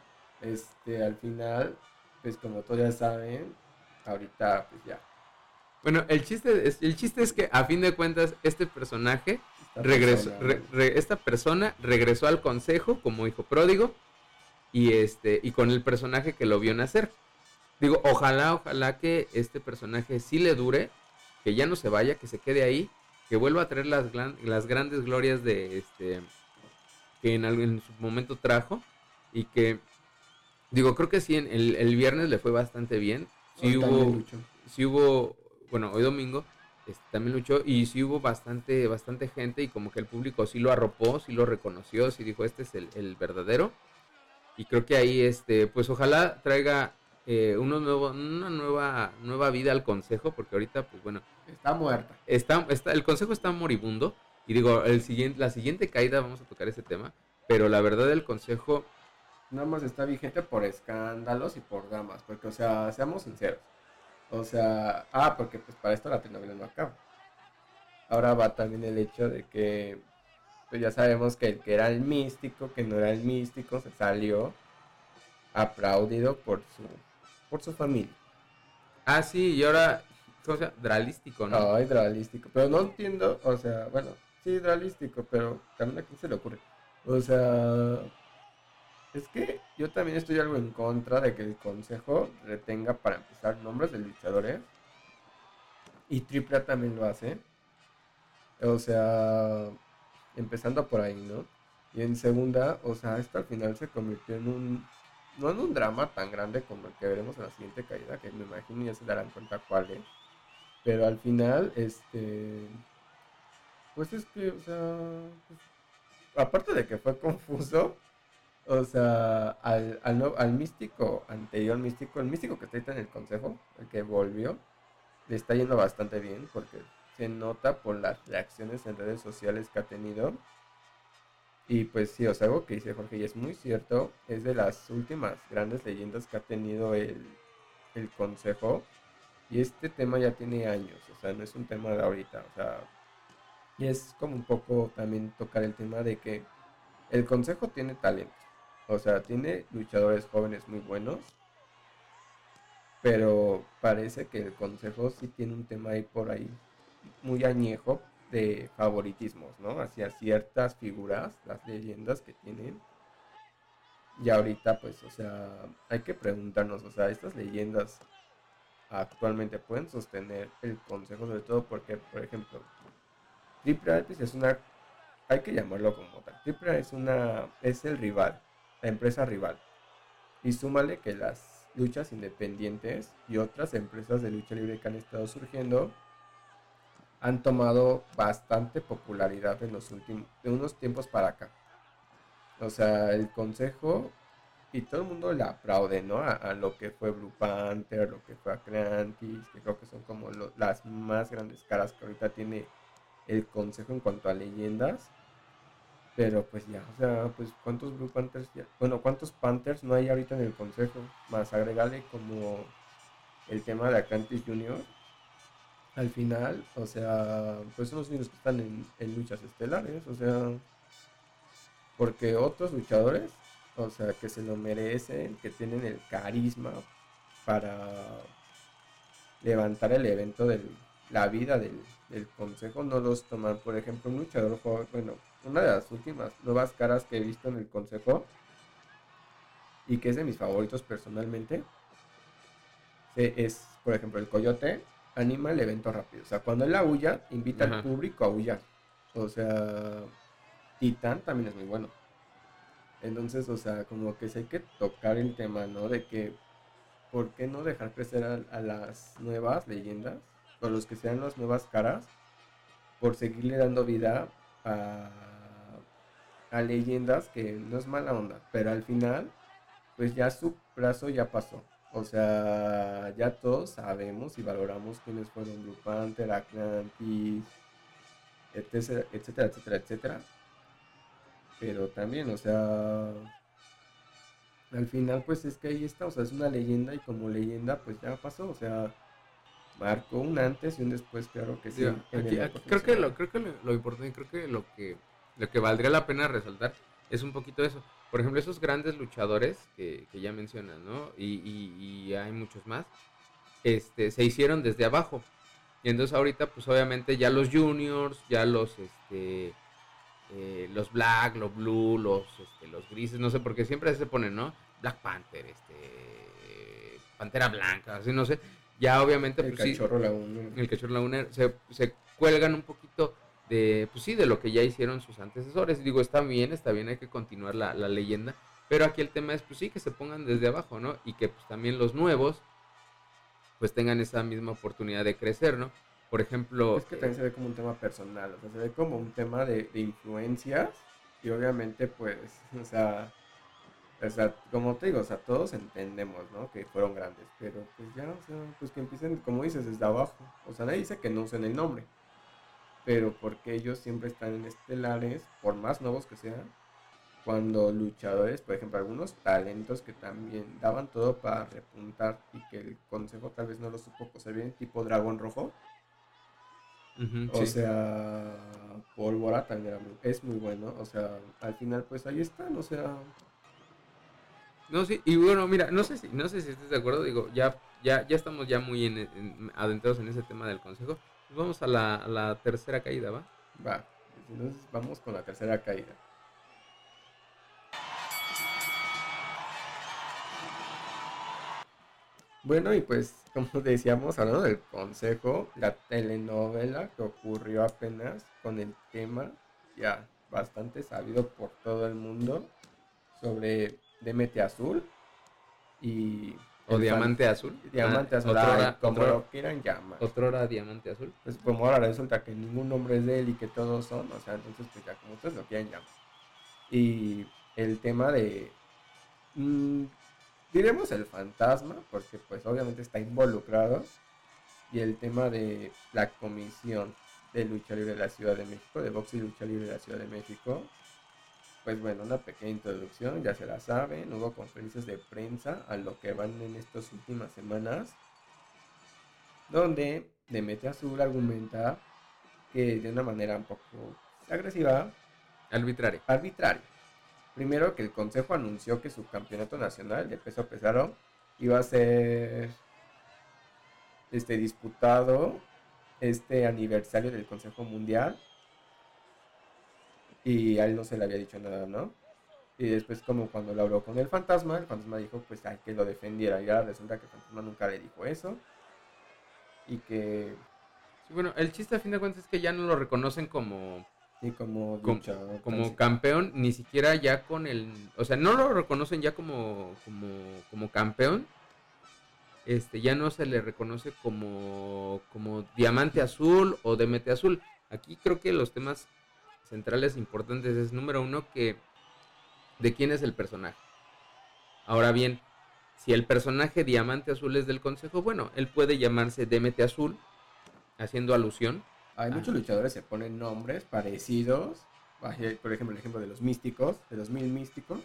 [SPEAKER 1] Este, al final, pues como todos ya saben, ahorita pues ya,
[SPEAKER 2] Bueno, el chiste, es, el chiste es que a fin de cuentas este personaje
[SPEAKER 1] esta
[SPEAKER 2] regresó,
[SPEAKER 1] persona,
[SPEAKER 2] re-
[SPEAKER 1] ¿no?
[SPEAKER 2] re- esta persona regresó al consejo como hijo pródigo y este y con el personaje que lo vio nacer. Digo, ojalá, ojalá que este personaje sí le dure, que ya no se vaya, que se quede ahí, que vuelva a traer las, gran- las grandes glorias de este que en, algún- en su momento trajo y que digo, creo que sí, en el, el viernes le fue bastante bien. Sí
[SPEAKER 1] Hoy también
[SPEAKER 2] hubo,
[SPEAKER 1] luchó.
[SPEAKER 2] sí hubo, bueno, hoy domingo este, también luchó y sí hubo bastante, bastante gente y como que el público sí lo arropó, sí lo reconoció, sí dijo, este es el, el verdadero. Y creo que ahí, este, pues ojalá traiga eh, uno nuevo, una nueva, nueva vida al consejo, porque ahorita, pues bueno,
[SPEAKER 1] Está muerta.
[SPEAKER 2] está, está, el consejo está moribundo. Y digo, el siguiente, la siguiente caída vamos a tocar ese tema, pero la verdad el consejo,
[SPEAKER 1] Nada más está vigente por escándalos y por damas, porque, o sea, seamos sinceros. O sea, ah, porque pues para esto la telenovela no acaba. Ahora va también el hecho de que, pues ya sabemos que el que era el místico, que no era el místico, se salió aplaudido por su, por su familia.
[SPEAKER 2] ah, sí, y ahora, ¿cómo se llama? Dralístico, ¿no?
[SPEAKER 1] Ah, hidralístico. Pero no entiendo, o sea, bueno, sí, hidralístico, pero también a quién se le ocurre. O sea, es que yo también estoy algo en contra de que el consejo retenga para empezar nombres de luchadores. Y Triple A también lo hace. O sea, empezando por ahí, ¿no? Y en segunda, o sea, esto al final se convirtió en un, no en un drama tan grande como el que veremos en la siguiente caída, que me imagino ya se darán cuenta cuál es. Pero al final, este, Pues es que, o sea, pues, aparte de que fue confuso, o sea, al, al, no- al místico anterior, místico, el místico que está ahorita en el consejo, el que volvió, le está yendo bastante bien porque se nota por las reacciones en redes sociales que ha tenido. Y pues sí, o sea, algo que dice Jorge y es muy cierto, es de las últimas grandes leyendas que ha tenido el, el consejo. Y este tema ya tiene años, o sea, no es un tema de ahorita, o sea, y es como un poco también tocar el tema de que el consejo tiene talento, o sea, tiene luchadores jóvenes muy buenos, pero parece que el consejo sí tiene un tema ahí por ahí muy añejo de favoritismos, ¿no? Hacia ciertas figuras, las leyendas que tienen. Y ahorita, pues, o sea, hay que preguntarnos, o sea, estas leyendas actualmente pueden sostener el consejo, sobre todo porque, por ejemplo, Triple H pues, es una, hay que llamarlo como tal. Triple H es una, es el rival, la empresa rival. Y súmale que las luchas independientes y otras empresas de lucha libre que han estado surgiendo han tomado bastante popularidad en los últimos, de unos tiempos para acá. O sea, el consejo y todo el mundo le aplaude, ¿no? A, a lo que fue Blue Panther, lo que fue Atlantis, que creo que son como lo- las más grandes caras que ahorita tiene el consejo en cuanto a leyendas. Pero pues ya, o sea, pues cuántos Blue Panthers ya, bueno, cuántos Panthers no hay ahorita en el consejo, más agregarle como el tema de Atlantis Junior. Al final, o sea, pues son los únicos que están en, en luchas estelares, o sea, porque otros luchadores, o sea, que se lo merecen, que tienen el carisma para levantar el evento de la vida del, del consejo, no los toman. Por ejemplo, un luchador joven, bueno, una de las últimas nuevas caras que he visto en el consejo y que es de mis favoritos personalmente, se- es, por ejemplo, el Coyote anima el evento rápido. O sea, cuando él aúlla, invita al
[SPEAKER 2] Ajá.
[SPEAKER 1] público a aullar. O sea, Titán también es muy bueno. Entonces, o sea, como que sí hay que tocar el tema, ¿no? De que, ¿por qué no dejar crecer a, a las nuevas leyendas? O los que sean las nuevas caras, por seguirle dando vida a, a leyendas que no es mala onda, pero al final, pues ya su plazo ya pasó. O sea, ya todos sabemos y valoramos quiénes fueron Blue Panther, Atlantis, etcétera, etcétera, etcétera, etcétera. Pero también, o sea, al final, pues es que ahí está, o sea, es una leyenda y como leyenda, pues ya pasó, o sea, marcó un antes y un después, claro que
[SPEAKER 2] Digo,
[SPEAKER 1] sí, en el
[SPEAKER 2] aquí, aquí
[SPEAKER 1] deporte
[SPEAKER 2] creo que
[SPEAKER 1] nacional.
[SPEAKER 2] lo, creo que lo, lo importante, creo que lo que lo que valdría la pena resaltar es un poquito eso. Por ejemplo, esos grandes luchadores que, que ya mencionas, ¿no? Y, y, y hay muchos más, este, se hicieron desde abajo. Y entonces ahorita, pues obviamente ya los juniors, ya los, este, eh, los black, los blue, los, este, los grises, no sé, porque siempre se ponen, ¿no? Black Panther, este, Pantera Blanca, así no sé. Ya obviamente,
[SPEAKER 1] El
[SPEAKER 2] pues sí,
[SPEAKER 1] cachorro Laguna.
[SPEAKER 2] el Cachorro Laguna se, se cuelgan un poquito de, pues sí, de lo que ya hicieron sus antecesores. Digo, está bien, está bien, hay que continuar la, la leyenda, pero aquí el tema es, pues sí, que se pongan desde abajo, ¿no? Y que pues también los nuevos, pues tengan esa misma oportunidad de crecer, ¿no? Por ejemplo,
[SPEAKER 1] Es que
[SPEAKER 2] eh,
[SPEAKER 1] también se ve como un tema personal, o sea, se ve como un tema de, de influencias y obviamente pues, o sea, o sea, como te digo, o sea, todos entendemos, ¿no? Que fueron grandes, pero pues ya, o sea, pues que empiecen, como dices, desde abajo. O sea, nadie dice que no usen el nombre, pero porque ellos siempre están en estelares, por más nuevos que sean, cuando luchadores, por ejemplo, algunos talentos que también daban todo para repuntar y que el consejo tal vez no lo supo coser bien, tipo Dragón Rojo.
[SPEAKER 2] uh-huh,
[SPEAKER 1] O
[SPEAKER 2] sí.
[SPEAKER 1] sea, Pólvora también era muy- es muy bueno. O sea, al final, pues ahí están. O sea,
[SPEAKER 2] No, sí, y bueno, mira, no sé si, no sé si estés de acuerdo, digo, ya, ya, ya estamos ya muy en, en- adentrados en ese tema del consejo. Pues vamos a la, a la tercera caída, ¿va?
[SPEAKER 1] va. Entonces vamos con la tercera caída. Bueno, y pues, como decíamos, hablando del consejo, la telenovela que ocurrió apenas con el tema ya bastante sabido por todo el mundo sobre D M T Azul y
[SPEAKER 2] O diamante azul.
[SPEAKER 1] Diamante
[SPEAKER 2] ah,
[SPEAKER 1] azul,
[SPEAKER 2] otrora,
[SPEAKER 1] ay, como
[SPEAKER 2] otrora,
[SPEAKER 1] lo quieran llamar.
[SPEAKER 2] Otrora diamante azul.
[SPEAKER 1] Pues como ahora resulta que ningún nombre es de él y que todos son, o sea, entonces pues ya como ustedes lo quieran llamar. Y el tema de, mmm, diremos el fantasma, porque pues obviamente está involucrado, y el tema de la comisión de lucha libre de la Ciudad de México, de box y lucha libre de la Ciudad de México. Pues bueno, una pequeña introducción, ya se la saben, hubo conferencias de prensa a lo que van en estas últimas semanas, donde Demetria Azul argumenta que de una manera un poco agresiva,
[SPEAKER 2] arbitraria,
[SPEAKER 1] arbitraria. Primero que el consejo anunció que su campeonato nacional de peso pesado iba a ser este disputado este aniversario del Consejo Mundial, y a él no se le había dicho nada, ¿no? Y después como cuando lo habló con el fantasma, el fantasma dijo pues ay, que lo defendiera, y ahora resulta que el fantasma nunca le dijo eso, y que...
[SPEAKER 2] Sí, bueno, el chiste a fin de cuentas es que ya no lo reconocen como...
[SPEAKER 1] Sí, como
[SPEAKER 2] como,
[SPEAKER 1] luchador,
[SPEAKER 2] como campeón, ni siquiera ya con el... O sea, no lo reconocen ya como, como, como campeón. Este, ya no se le reconoce como, como diamante azul o demete azul. Aquí creo que los temas centrales importantes es, número uno, que de quién es el personaje. Ahora bien, si el personaje diamante azul es del consejo, bueno, él puede llamarse demete azul, haciendo alusión.
[SPEAKER 1] Hay
[SPEAKER 2] a...
[SPEAKER 1] muchos luchadores que se ponen nombres parecidos. Por ejemplo, el ejemplo de los místicos, de los mil místicos.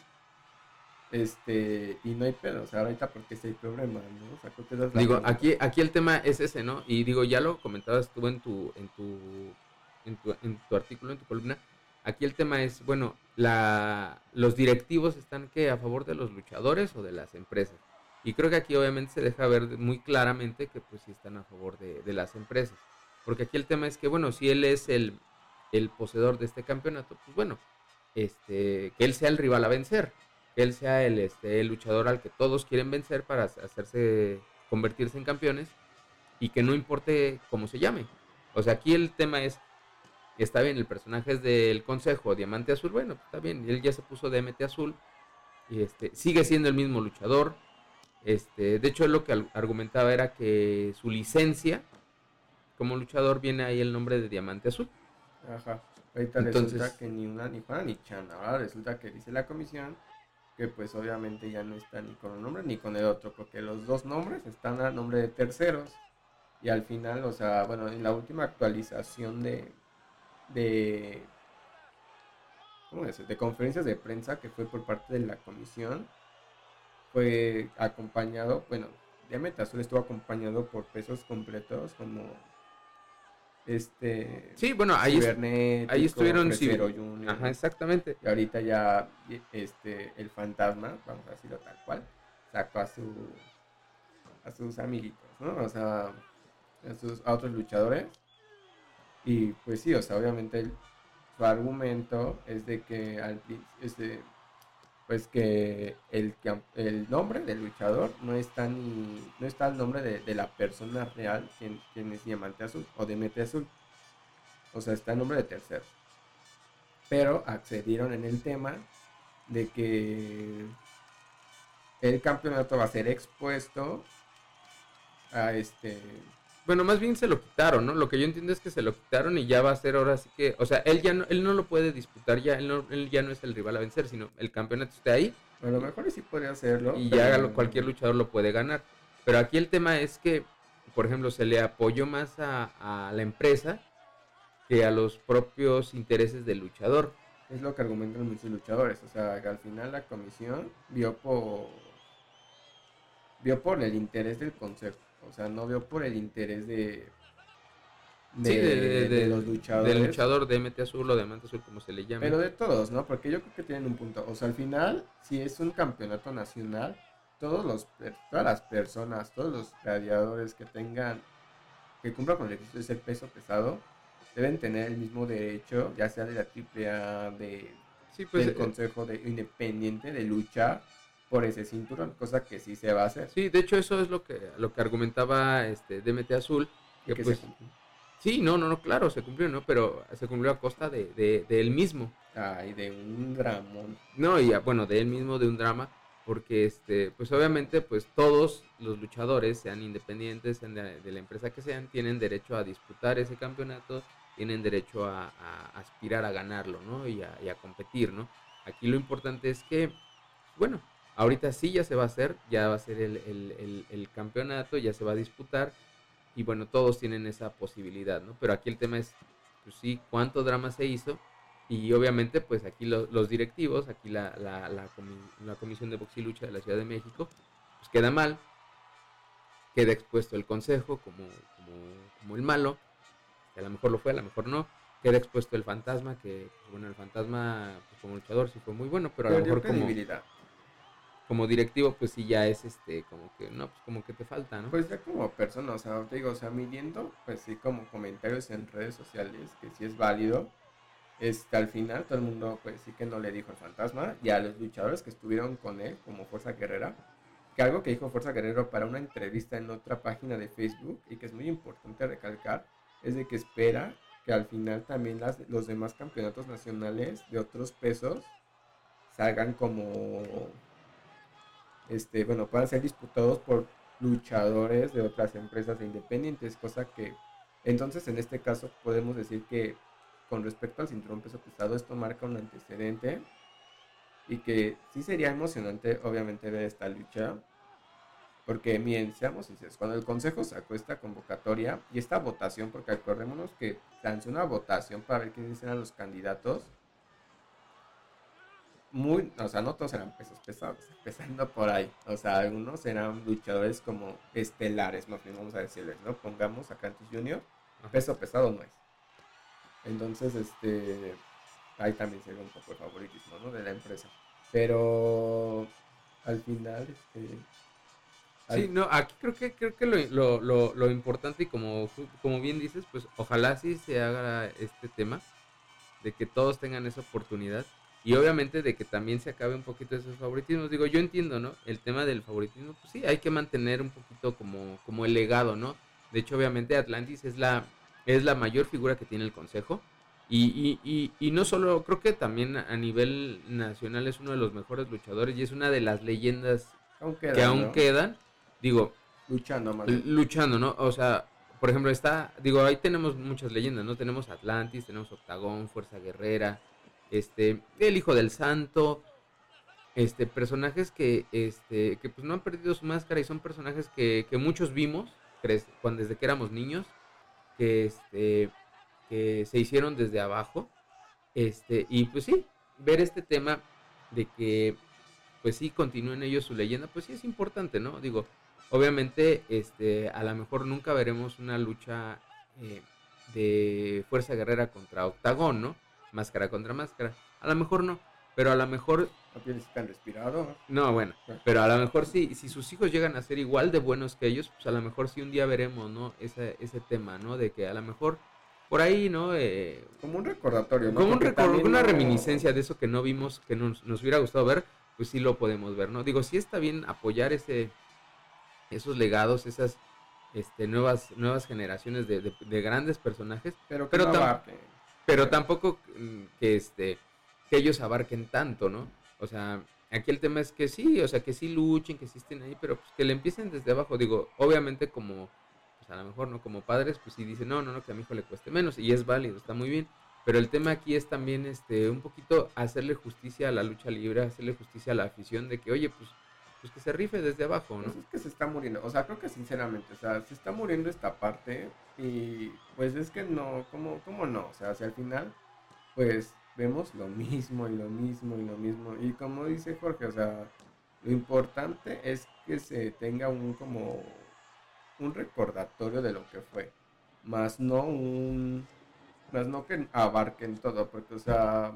[SPEAKER 1] Este, y no hay pedo, o sea, ahorita porque sí hay problema, ¿no? O sea, creo que es la
[SPEAKER 2] digo,
[SPEAKER 1] pregunta.
[SPEAKER 2] aquí, aquí el tema es ese, ¿no? Y digo, ya lo comentabas tú en tu, en tu, en tu, en tu artículo, en tu columna. Aquí el tema es, bueno, la, los directivos están que a favor de los luchadores o de las empresas. Y creo que aquí obviamente se deja ver muy claramente que pues sí están a favor de, de las empresas. Porque aquí el tema es que, bueno, si él es el, el poseedor de este campeonato, pues bueno, este, que él sea el rival a vencer. Que él sea el, este, el luchador al que todos quieren vencer para hacerse, convertirse en campeones, y que no importe cómo se llame. O sea, aquí el tema es, está bien, el personaje es del consejo Diamante Azul, bueno, está bien, él ya se puso D M T Azul, y este, sigue siendo el mismo luchador. Este, de hecho, lo que argumentaba era que su licencia como luchador viene ahí el nombre de Diamante Azul.
[SPEAKER 1] Ajá. Ahorita Entonces, resulta que ni una, ni Juana, ni Chana. Ahora resulta que dice la comisión que pues obviamente ya no está ni con un nombre ni con el otro, porque los dos nombres están a nombre de terceros. Y al final, o sea, bueno, en la última actualización de de ¿cómo es? De conferencias de prensa que fue por parte de la comisión, fue acompañado, bueno, Diamante Azul estuvo acompañado por pesos completos como este
[SPEAKER 2] sí, bueno, ahí, ahí estuvieron sí,
[SPEAKER 1] Junior,
[SPEAKER 2] ajá, exactamente.
[SPEAKER 1] Y ahorita ya este el fantasma, vamos a decirlo tal cual, sacó a su a sus amiguitos, ¿no? O sea, a sus a otros luchadores. Y pues sí, o sea, obviamente el, su argumento es de que al este pues que el, el nombre del luchador no está ni no está el nombre de, de la persona real quien, quien es Diamante Azul o Demetria Azul, o sea, está el nombre de tercero, pero accedieron en el tema de que el campeonato va a ser expuesto a este...
[SPEAKER 2] Bueno, más bien se lo quitaron, ¿no? Lo que yo entiendo es que se lo quitaron y ya va a ser ahora sí que... O sea, él ya no, él no lo puede disputar ya, él, no, él ya no es el rival a vencer, sino el campeonato está ahí.
[SPEAKER 1] A lo mejor sí podría hacerlo.
[SPEAKER 2] Y pero... ya cualquier luchador lo puede ganar. Pero aquí el tema es que, por ejemplo, se le apoyó más a, a la empresa que a los propios intereses del luchador.
[SPEAKER 1] Es lo que argumentan muchos luchadores. O sea, que al final la comisión vio por... vio por el interés del consejo. O sea, no vio por el interés de...
[SPEAKER 2] De, sí, de, de, de, de los luchadores. Del luchador de M T Azul o Diamante Azul, como se le llama.
[SPEAKER 1] Pero de todos, ¿no? Porque yo creo que tienen un punto. O sea, al final, si es un campeonato nacional, todos los, todas las personas, todos los gladiadores que tengan, que cumplan con el requisito de ser peso pesado, deben tener el mismo derecho, ya sea de la triple A, de, sí, pues, del eh, Consejo de, Independiente, de luchar por ese cinturón, cosa que sí se va a hacer.
[SPEAKER 2] Sí, de hecho eso es lo que lo que argumentaba este D M T Azul, que, que pues sí, no, no, no, claro, se cumplió, ¿no? Pero se cumplió a costa de, de, de él mismo.
[SPEAKER 1] Ay, de un dramón.
[SPEAKER 2] No, y bueno, de él mismo, de un drama. porque este, pues obviamente pues todos los luchadores, sean independientes, sean de, de la empresa que sean, tienen derecho a disputar ese campeonato, tienen derecho a, a aspirar a ganarlo, ¿no? Y a, y a competir, ¿no? Aquí lo importante es que, bueno, ahorita sí ya se va a hacer, ya va a ser el, el, el, el campeonato, ya se va a disputar, y bueno, todos tienen esa posibilidad, ¿no? Pero aquí el tema es, pues sí, cuánto drama se hizo, y obviamente pues aquí lo, los directivos, aquí la, la, la, comi la Comisión de Box y Lucha de la Ciudad de México, pues queda mal, queda expuesto el consejo como, como, como el malo, que a lo mejor lo fue, a lo mejor no, queda expuesto el fantasma, que pues, bueno, el fantasma pues, como luchador sí fue muy bueno, pero a lo
[SPEAKER 1] Perdió
[SPEAKER 2] mejor como,
[SPEAKER 1] credibilidad.
[SPEAKER 2] como directivo pues sí ya es este, como que, no, pues como que te falta, ¿no?
[SPEAKER 1] Pues ya como persona, o sea, te digo, o sea, midiendo, pues sí, como comentarios en redes sociales, que sí es válido. Este, al final todo el mundo pues sí que no le dijo el fantasma, y a los luchadores que estuvieron con él como Fuerza Guerrera, que algo que dijo Fuerza Guerrero para una entrevista en otra página de Facebook y que es muy importante recalcar, es de que espera que al final también las, los demás campeonatos nacionales de otros pesos salgan como, este, bueno, puedan ser disputados por luchadores de otras empresas e independientes, cosa que entonces en este caso podemos decir que con respecto al cinturón peso pesado esto marca un antecedente y que sí sería emocionante obviamente ver esta lucha, porque miren, seamos sinceros, cuando el consejo sacó esta convocatoria y esta votación, porque acordémonos que lanzó una votación para ver quiénes eran los candidatos, muy, o sea, no todos eran pesos pesados, empezando por ahí. O sea, algunos eran luchadores como estelares, más bien vamos a decirles, ¿no? Pongamos a Cantus junior, peso pesado no es. Entonces, este, ahí también se ve un poco el favoritismo, ¿no? De la empresa. Pero al final, este,
[SPEAKER 2] Sí,
[SPEAKER 1] al,
[SPEAKER 2] no, aquí creo que creo que lo, lo, lo, lo importante y como, como bien dices, pues ojalá sí se haga este tema de que todos tengan esa oportunidad y obviamente de que también se acabe un poquito esos favoritismos. Digo, yo entiendo, ¿no? El tema del favoritismo, pues sí, hay que mantener un poquito como, como el legado, ¿no? De hecho, obviamente Atlantis es la, es la mayor figura que tiene el consejo y, y, y, y no solo, creo que también a nivel nacional es uno de los mejores luchadores y es una de las leyendas
[SPEAKER 1] aún
[SPEAKER 2] que
[SPEAKER 1] quedan,
[SPEAKER 2] aún
[SPEAKER 1] ¿no?
[SPEAKER 2] quedan, digo,
[SPEAKER 1] Luchando más bien.
[SPEAKER 2] luchando, ¿no? O sea, por ejemplo, está, digo, ahí tenemos muchas leyendas, ¿no? Tenemos Atlantis, tenemos Octagón, Fuerza Guerrera, este, el Hijo del Santo, este, personajes que, este, que pues no han perdido su máscara y son personajes que, que muchos vimos, cre- cuando desde que éramos niños, que, este, que se hicieron desde abajo, este, y pues sí, ver este tema de que pues sí continúen ellos su leyenda, pues sí es importante, ¿no? Digo, obviamente, este, a lo mejor nunca veremos una lucha eh, de Fuerza Guerrera contra Octagón, ¿no? Máscara contra máscara. A lo mejor no, pero a lo mejor,
[SPEAKER 1] No necesitan respirador.
[SPEAKER 2] no, bueno, pero a lo mejor sí, si sus hijos llegan a ser igual de buenos que ellos, pues a lo mejor sí un día veremos, ¿no? Ese, ese tema, ¿no? De que a lo mejor por ahí, ¿no? Eh,
[SPEAKER 1] Como un recordatorio, ¿no?
[SPEAKER 2] como un
[SPEAKER 1] Porque
[SPEAKER 2] recuerdo,
[SPEAKER 1] también
[SPEAKER 2] una
[SPEAKER 1] no...
[SPEAKER 2] reminiscencia de eso que no vimos, que nos, nos hubiera gustado ver, pues sí lo podemos ver, ¿no? Digo, sí está bien apoyar ese, esos legados, esas este, nuevas, nuevas generaciones de, de, de grandes personajes,
[SPEAKER 1] Pero que
[SPEAKER 2] pero,
[SPEAKER 1] no
[SPEAKER 2] tam,
[SPEAKER 1] abarquen.
[SPEAKER 2] pero tampoco mm, que, este, que ellos abarquen tanto, ¿no? O sea, aquí el tema es que sí, o sea, que sí luchen, que sí estén ahí, pero pues que le empiecen desde abajo. Digo, obviamente como, pues a lo mejor, ¿no? Como padres, pues sí dicen, no, no, no, que a mi hijo le cueste menos, y es válido, está muy bien. Pero el tema aquí es también, este, un poquito hacerle justicia a la lucha libre, hacerle justicia a la afición de que, oye, pues, pues que se rife desde abajo,
[SPEAKER 1] Pues
[SPEAKER 2] ¿no?
[SPEAKER 1] es que se está muriendo, o sea, creo que sinceramente, o sea, se está muriendo esta parte y pues es que no, ¿cómo, cómo no? O sea, si al final, pues vemos lo mismo y lo mismo y lo mismo y como dice Jorge, o sea, lo importante es que se tenga un como un recordatorio de lo que fue, más no un, más no que abarquen todo, porque, o sea,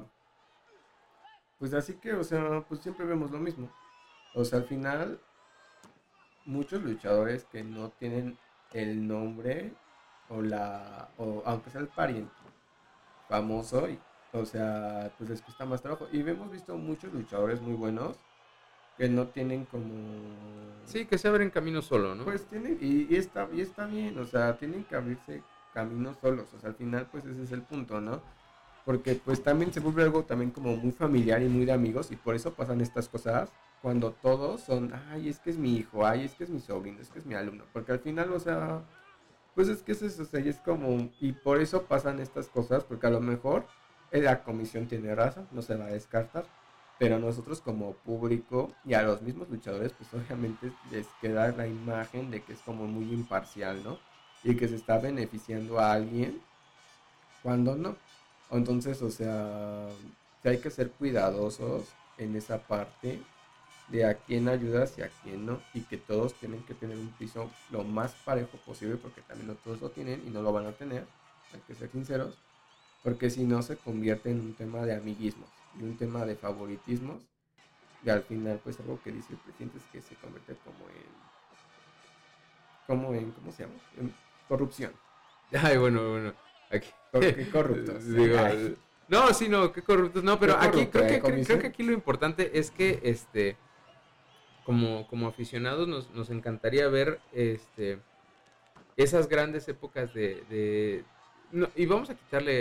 [SPEAKER 1] pues así que, o sea, pues siempre vemos lo mismo. O sea, al final muchos luchadores que no tienen el nombre o la o aunque sea el pariente famoso y, o sea, pues les cuesta más trabajo y hemos visto muchos luchadores muy buenos que no tienen como
[SPEAKER 2] Sí, que se abren camino solo, ¿no?
[SPEAKER 1] pues tienen y, y está y está bien, o sea, tienen que abrirse caminos solos, o sea, al final pues ese es el punto, ¿no? Porque pues también se vuelve algo también como muy familiar y muy de amigos y por eso pasan estas cosas cuando todos son, ay, es que es mi hijo, ay, es que es mi sobrino, es que es mi alumno, porque al final, o sea, pues es que es eso, o sea, y es como, y por eso pasan estas cosas, porque a lo mejor eh, la comisión tiene razón, no se va a descartar, pero nosotros como público y a los mismos luchadores, pues obviamente les queda la imagen de que es como muy imparcial, ¿no? Y que se está beneficiando a alguien cuando no. Entonces, o sea, sí hay que ser cuidadosos en esa parte de a quién ayudas y a quién no, y que todos tienen que tener un piso lo más parejo posible, porque también no todos lo tienen y no lo van a tener, hay que ser sinceros, porque si no se convierte en un tema de amiguismos y un tema de favoritismos, y al final pues algo que dice el presidente es que se convierte como en, como en, ¿cómo se llama? En corrupción.
[SPEAKER 2] Ay, bueno, bueno. Aquí.
[SPEAKER 1] Cor- qué corruptos.
[SPEAKER 2] Digo,
[SPEAKER 1] Ay,
[SPEAKER 2] no, sí, no, qué corruptos. No, pero
[SPEAKER 1] qué
[SPEAKER 2] aquí
[SPEAKER 1] corrupto,
[SPEAKER 2] creo
[SPEAKER 1] ¿eh?
[SPEAKER 2] que creo, creo
[SPEAKER 1] Comisión.
[SPEAKER 2] que aquí lo importante es que este como como aficionados nos, nos encantaría ver este esas grandes épocas de, de no, y vamos a quitarle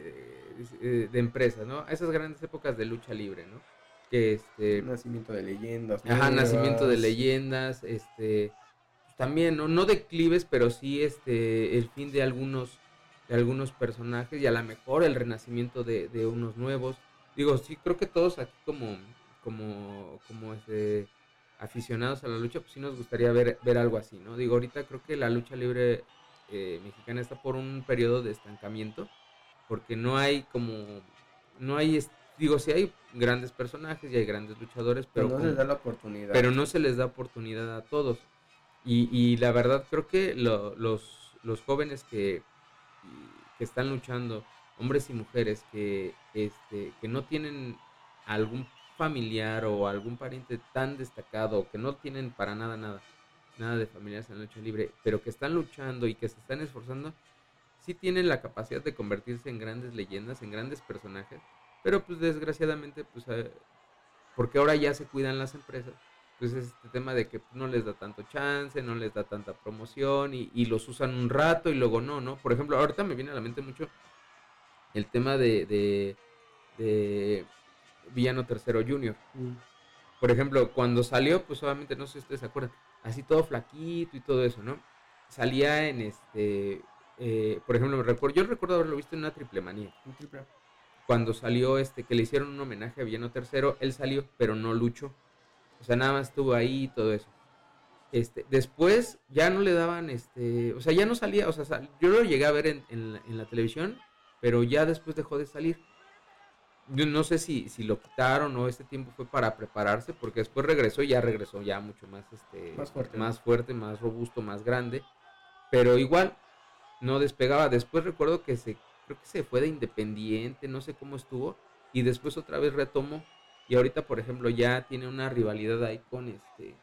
[SPEAKER 2] eh, de empresas, ¿no? Esas grandes épocas de lucha libre, ¿no? Que este,
[SPEAKER 1] Nacimiento de leyendas
[SPEAKER 2] ajá, nacimiento de
[SPEAKER 1] nuevas.
[SPEAKER 2] leyendas, este, pues también, ¿no? No declives, pero sí este, el fin de algunos, de algunos personajes y a lo mejor el renacimiento de, de unos nuevos. Digo, sí, creo que todos aquí como, como, como este, aficionados a la lucha, pues sí nos gustaría ver, ver algo así, ¿no? Digo, ahorita creo que la lucha libre eh, mexicana está por un periodo de estancamiento, porque no hay como, no hay, digo, sí hay grandes personajes y hay grandes luchadores,
[SPEAKER 1] Pero
[SPEAKER 2] pero
[SPEAKER 1] no se les
[SPEAKER 2] como,
[SPEAKER 1] da la oportunidad.
[SPEAKER 2] pero no se les da oportunidad a todos. Y, y la verdad creo que lo, los, los jóvenes que, que están luchando, hombres y mujeres, que, este, que no tienen algún familiar o algún pariente tan destacado, que no tienen para nada, nada, nada de familiares en la lucha libre, pero que están luchando y que se están esforzando, sí tienen la capacidad de convertirse en grandes leyendas, en grandes personajes, pero pues desgraciadamente, pues eh, porque ahora ya se cuidan las empresas, pues es este tema de que no les da tanto chance, no les da tanta promoción y, y los usan un rato y luego no, ¿no? Por ejemplo, ahorita me viene a la mente mucho el tema de, de, de Villano Tercero Junior.
[SPEAKER 1] Mm.
[SPEAKER 2] Por ejemplo, cuando salió, pues obviamente, no sé si ustedes se acuerdan, así todo flaquito y todo eso, ¿no? Salía en este, eh, por ejemplo, me recuerdo, yo recuerdo haberlo visto en una triple manía.
[SPEAKER 1] Un triple.
[SPEAKER 2] Cuando salió este, que le hicieron un homenaje a Villano Tercero, él salió, pero no luchó. O sea, nada más estuvo ahí y todo eso. Este, después ya no le daban, este, o sea, ya no salía, o sea, sal, yo lo llegué a ver en, en, la, en la televisión, pero ya después dejó de salir. Yo no sé si, si lo quitaron o este tiempo fue para prepararse, porque después regresó y ya regresó ya mucho más, este,
[SPEAKER 1] Más fuerte, ¿no?
[SPEAKER 2] más fuerte, más robusto, más grande, pero igual no despegaba. Después recuerdo que se, creo que se fue de Independiente, no sé cómo estuvo, y después otra vez retomó. Y ahorita, por ejemplo, ya tiene una rivalidad ahí con este,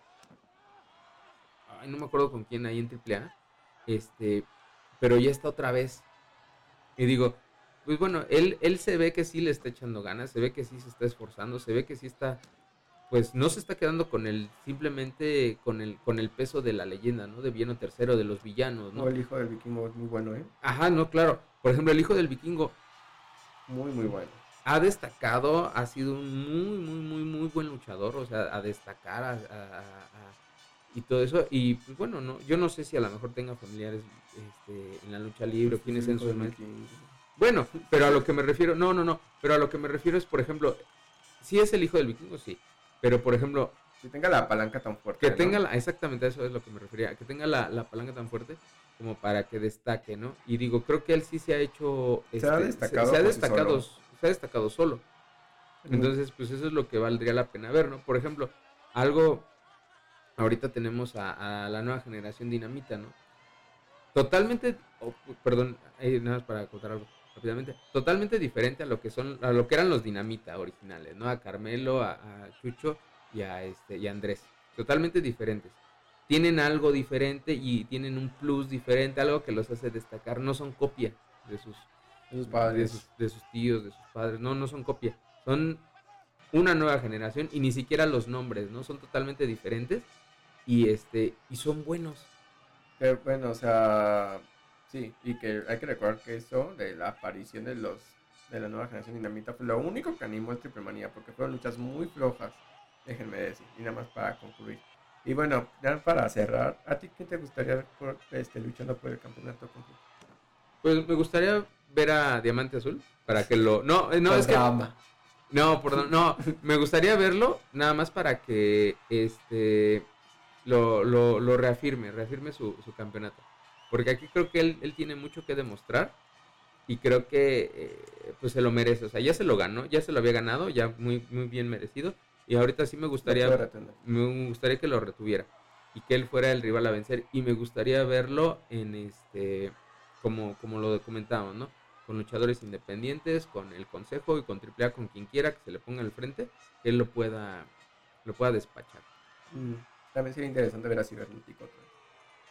[SPEAKER 2] ay, no me acuerdo con quién ahí en Triple A, este, pero ya está otra vez. Y digo, pues bueno, él, él se ve que sí le está echando ganas, se ve que sí se está esforzando, se ve que sí está, pues no se está quedando con el, simplemente con el, con el peso de la leyenda, ¿no? De Villano Tercero, de los villanos,
[SPEAKER 1] O
[SPEAKER 2] ¿no?
[SPEAKER 1] el hijo del vikingo es muy bueno, ¿eh?
[SPEAKER 2] Ajá, no, claro. Por ejemplo, el hijo del vikingo
[SPEAKER 1] Muy, muy bueno.
[SPEAKER 2] ha destacado, ha sido un muy, muy, muy, muy buen luchador, o sea, a destacar a, a- a- y todo eso. Y pues bueno, no, yo no sé si a lo mejor tenga familiares este, en la lucha libre o
[SPEAKER 1] Pues es
[SPEAKER 2] quienes
[SPEAKER 1] el
[SPEAKER 2] sean
[SPEAKER 1] hijo
[SPEAKER 2] sus
[SPEAKER 1] del
[SPEAKER 2] maestros.
[SPEAKER 1] vikingo.
[SPEAKER 2] Bueno, pero a lo que me refiero, no, no, no, pero a lo que me refiero es, por ejemplo, si es el hijo del vikingo, sí, pero por ejemplo,
[SPEAKER 1] Que tenga la palanca tan
[SPEAKER 2] que
[SPEAKER 1] fuerte, ¿no?
[SPEAKER 2] tenga, la, exactamente eso es lo que me refería, que tenga la, la palanca tan fuerte como para que destaque, ¿no? Y digo, creo que él sí se ha hecho,
[SPEAKER 1] Se ha
[SPEAKER 2] este, se,
[SPEAKER 1] destacado
[SPEAKER 2] se ha
[SPEAKER 1] por sí
[SPEAKER 2] destacado,
[SPEAKER 1] solo.
[SPEAKER 2] se ha destacado solo.
[SPEAKER 1] Es muy-
[SPEAKER 2] Entonces, pues eso es lo que valdría la pena ver, ¿no? Por ejemplo, algo, ahorita tenemos a, a la nueva generación Dinamita, ¿no? Totalmente, oh, perdón, eh, nada más para contar algo rápidamente, totalmente diferente a lo que son, a lo que eran los Dinamita originales, ¿no? A Carmelo, a, a Chucho y a este y a Andrés, totalmente diferentes. Tienen algo diferente y tienen un plus diferente, algo que los hace destacar. No son copia de sus,
[SPEAKER 1] de sus
[SPEAKER 2] de
[SPEAKER 1] padres.
[SPEAKER 2] sus, de sus tíos, de sus padres. No, no son copia. Son una nueva generación y ni siquiera los nombres, ¿no? Son totalmente diferentes y este y son buenos.
[SPEAKER 1] Pero bueno, o sea, sí, y que hay que recordar que eso de la aparición de los de la nueva generación dinamita fue lo único que animó el Triple Manía, porque fueron luchas muy flojas déjenme decir, y nada más para concluir. Y bueno, ya para cerrar, ¿a ti qué te gustaría ver por, este, luchando por el campeonato completo?
[SPEAKER 2] Pues me gustaría ver a Diamante Azul para que lo... No, no, es que...
[SPEAKER 1] Drama.
[SPEAKER 2] No, perdón, no, me gustaría verlo nada más para que este lo, lo, lo reafirme, reafirme su, su campeonato. Porque aquí creo que él, él tiene mucho que demostrar y creo que eh, pues se lo merece. O sea, ya se lo ganó, ya se lo había ganado, ya muy, muy bien merecido. Y ahorita sí me gustaría, me gustaría que lo retuviera y que él fuera el rival a vencer. Y me gustaría verlo en este, como, como lo comentábamos, ¿no? Con luchadores independientes, con el consejo y con triple A, con quien quiera que se le ponga al frente, que él lo pueda, lo pueda despachar.
[SPEAKER 1] Mm, también sería interesante ver a Cibernético otra vez.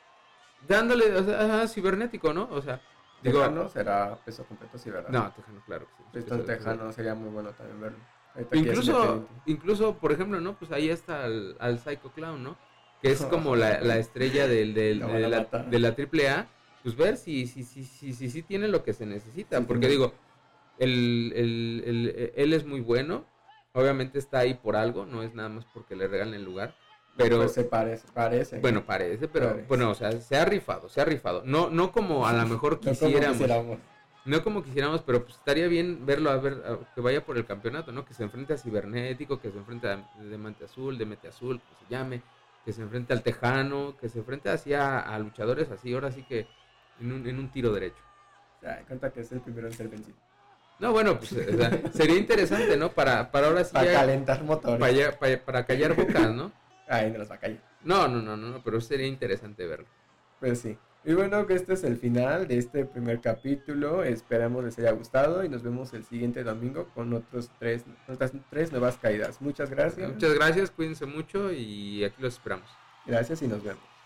[SPEAKER 2] Dándole, o sea, ajá, cibernético, ¿no? O sea, digo,
[SPEAKER 1] Tejano será peso completo, sí, ¿verdad?
[SPEAKER 2] no, Tejano, claro que sí.
[SPEAKER 1] Pues
[SPEAKER 2] Peso-
[SPEAKER 1] Tejano
[SPEAKER 2] peso-
[SPEAKER 1] sería muy bueno también verlo. Ahorita que es
[SPEAKER 2] Incluso,
[SPEAKER 1] independiente.
[SPEAKER 2] incluso, por ejemplo, ¿no? Pues ahí está al, al Psycho Clown, ¿no? Que es como la, la estrella del, del-
[SPEAKER 1] Lo van
[SPEAKER 2] de,
[SPEAKER 1] a
[SPEAKER 2] la,
[SPEAKER 1] matar.
[SPEAKER 2] de la triple A. Pues ver si si, si, si, si, si tiene lo que se necesita.
[SPEAKER 1] Sí,
[SPEAKER 2] Porque
[SPEAKER 1] tiene.
[SPEAKER 2] digo, el, el, el- él es muy bueno. Obviamente está ahí por algo, no es nada más porque le regalen el lugar. Pero,
[SPEAKER 1] Pues se parece, parece.
[SPEAKER 2] bueno, parece, pero
[SPEAKER 1] Parece.
[SPEAKER 2] bueno, o sea, se ha rifado, se ha rifado. No, no como a lo mejor
[SPEAKER 1] No como
[SPEAKER 2] quisiéramos.
[SPEAKER 1] quisiéramos.
[SPEAKER 2] No como quisiéramos, pero pues estaría bien verlo a ver a- que vaya por el campeonato, ¿no? Que se enfrente a Cibernético, que se enfrente a Diamante Azul, Demete Azul, que se llame, que se enfrente al Tejano, que se enfrente así a, a luchadores así, ahora sí que en un, en un tiro derecho.
[SPEAKER 1] O sea, cuenta que es el primero en ser vencido.
[SPEAKER 2] No, bueno, pues o sea, sería interesante, ¿no? Para, para ahora sí
[SPEAKER 1] Para
[SPEAKER 2] ya-
[SPEAKER 1] calentar motores.
[SPEAKER 2] para, ya- para- para callar bocas, ¿no?
[SPEAKER 1] Ay, no los va a callar.
[SPEAKER 2] No, no, no, no, no, pero sería interesante verlo.
[SPEAKER 1] Pues sí. Y bueno, que este es el final de este primer capítulo. Esperamos les haya gustado y nos vemos el siguiente domingo con otros tres, otras tres nuevas caídas. Muchas gracias.
[SPEAKER 2] Muchas gracias, cuídense mucho y aquí los esperamos.
[SPEAKER 1] Gracias y nos vemos.